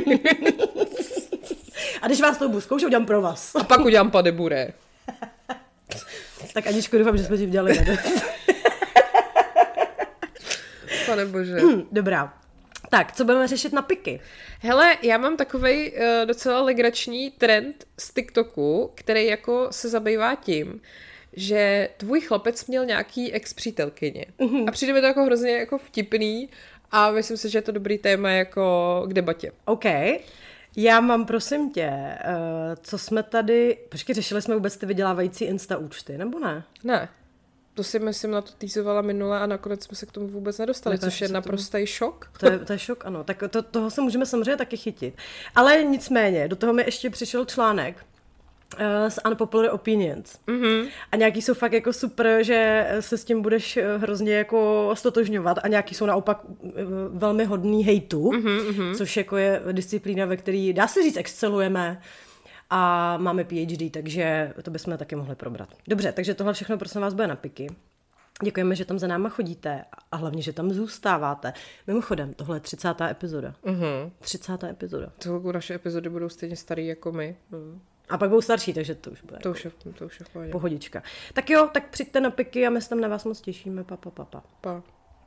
A když vás to budu zkoušet, udělám pro vás. A pak udělám pas de bourrée. Tak Aničko, doufám, že jsme ti udělali radost. Pane bože. Dobrá. Tak, co budeme řešit na piky? Hele, já mám takovej docela legrační trend z TikToku, který jako se zabývá tím, že tvůj chlapec měl nějaký ex-přítelkyně. A přijde mi to jako hrozně jako vtipný a myslím si, že je to dobrý téma jako k debatě. OK. Já mám, prosím tě, co jsme tady... Počkej, řešili jsme vůbec ty vydělávající Insta účty, nebo ne? Ne. To si myslím na to týzovala minule a nakonec jsme se k tomu vůbec nedostali, což je naprostý šok. To je šok, ano. Tak toho se můžeme samozřejmě taky chytit. Ale nicméně, do toho mi ještě přišel článek z Unpopular Opinions. Mm-hmm. A nějaký jsou fakt jako super, že se s tím budeš hrozně jako stotožňovat a nějaký jsou naopak velmi hodný hejtu, což jako je disciplína, ve který, dá se říct, excelujeme a máme PhD, takže to bychom taky mohli probrat. Dobře, takže tohle všechno prosím vás bude na piky. Děkujeme, že tam za náma chodíte a hlavně, že tam zůstáváte. Mimochodem, tohle je 30. epizoda. 30. epizoda. To naše epizody budou stejně starý jako my. A pak budou starší, takže to už bude. To už je v pohodě. Pohodička. Tak jo, tak přijďte na piky a my se tam na vás moc těšíme. Pa. Pa.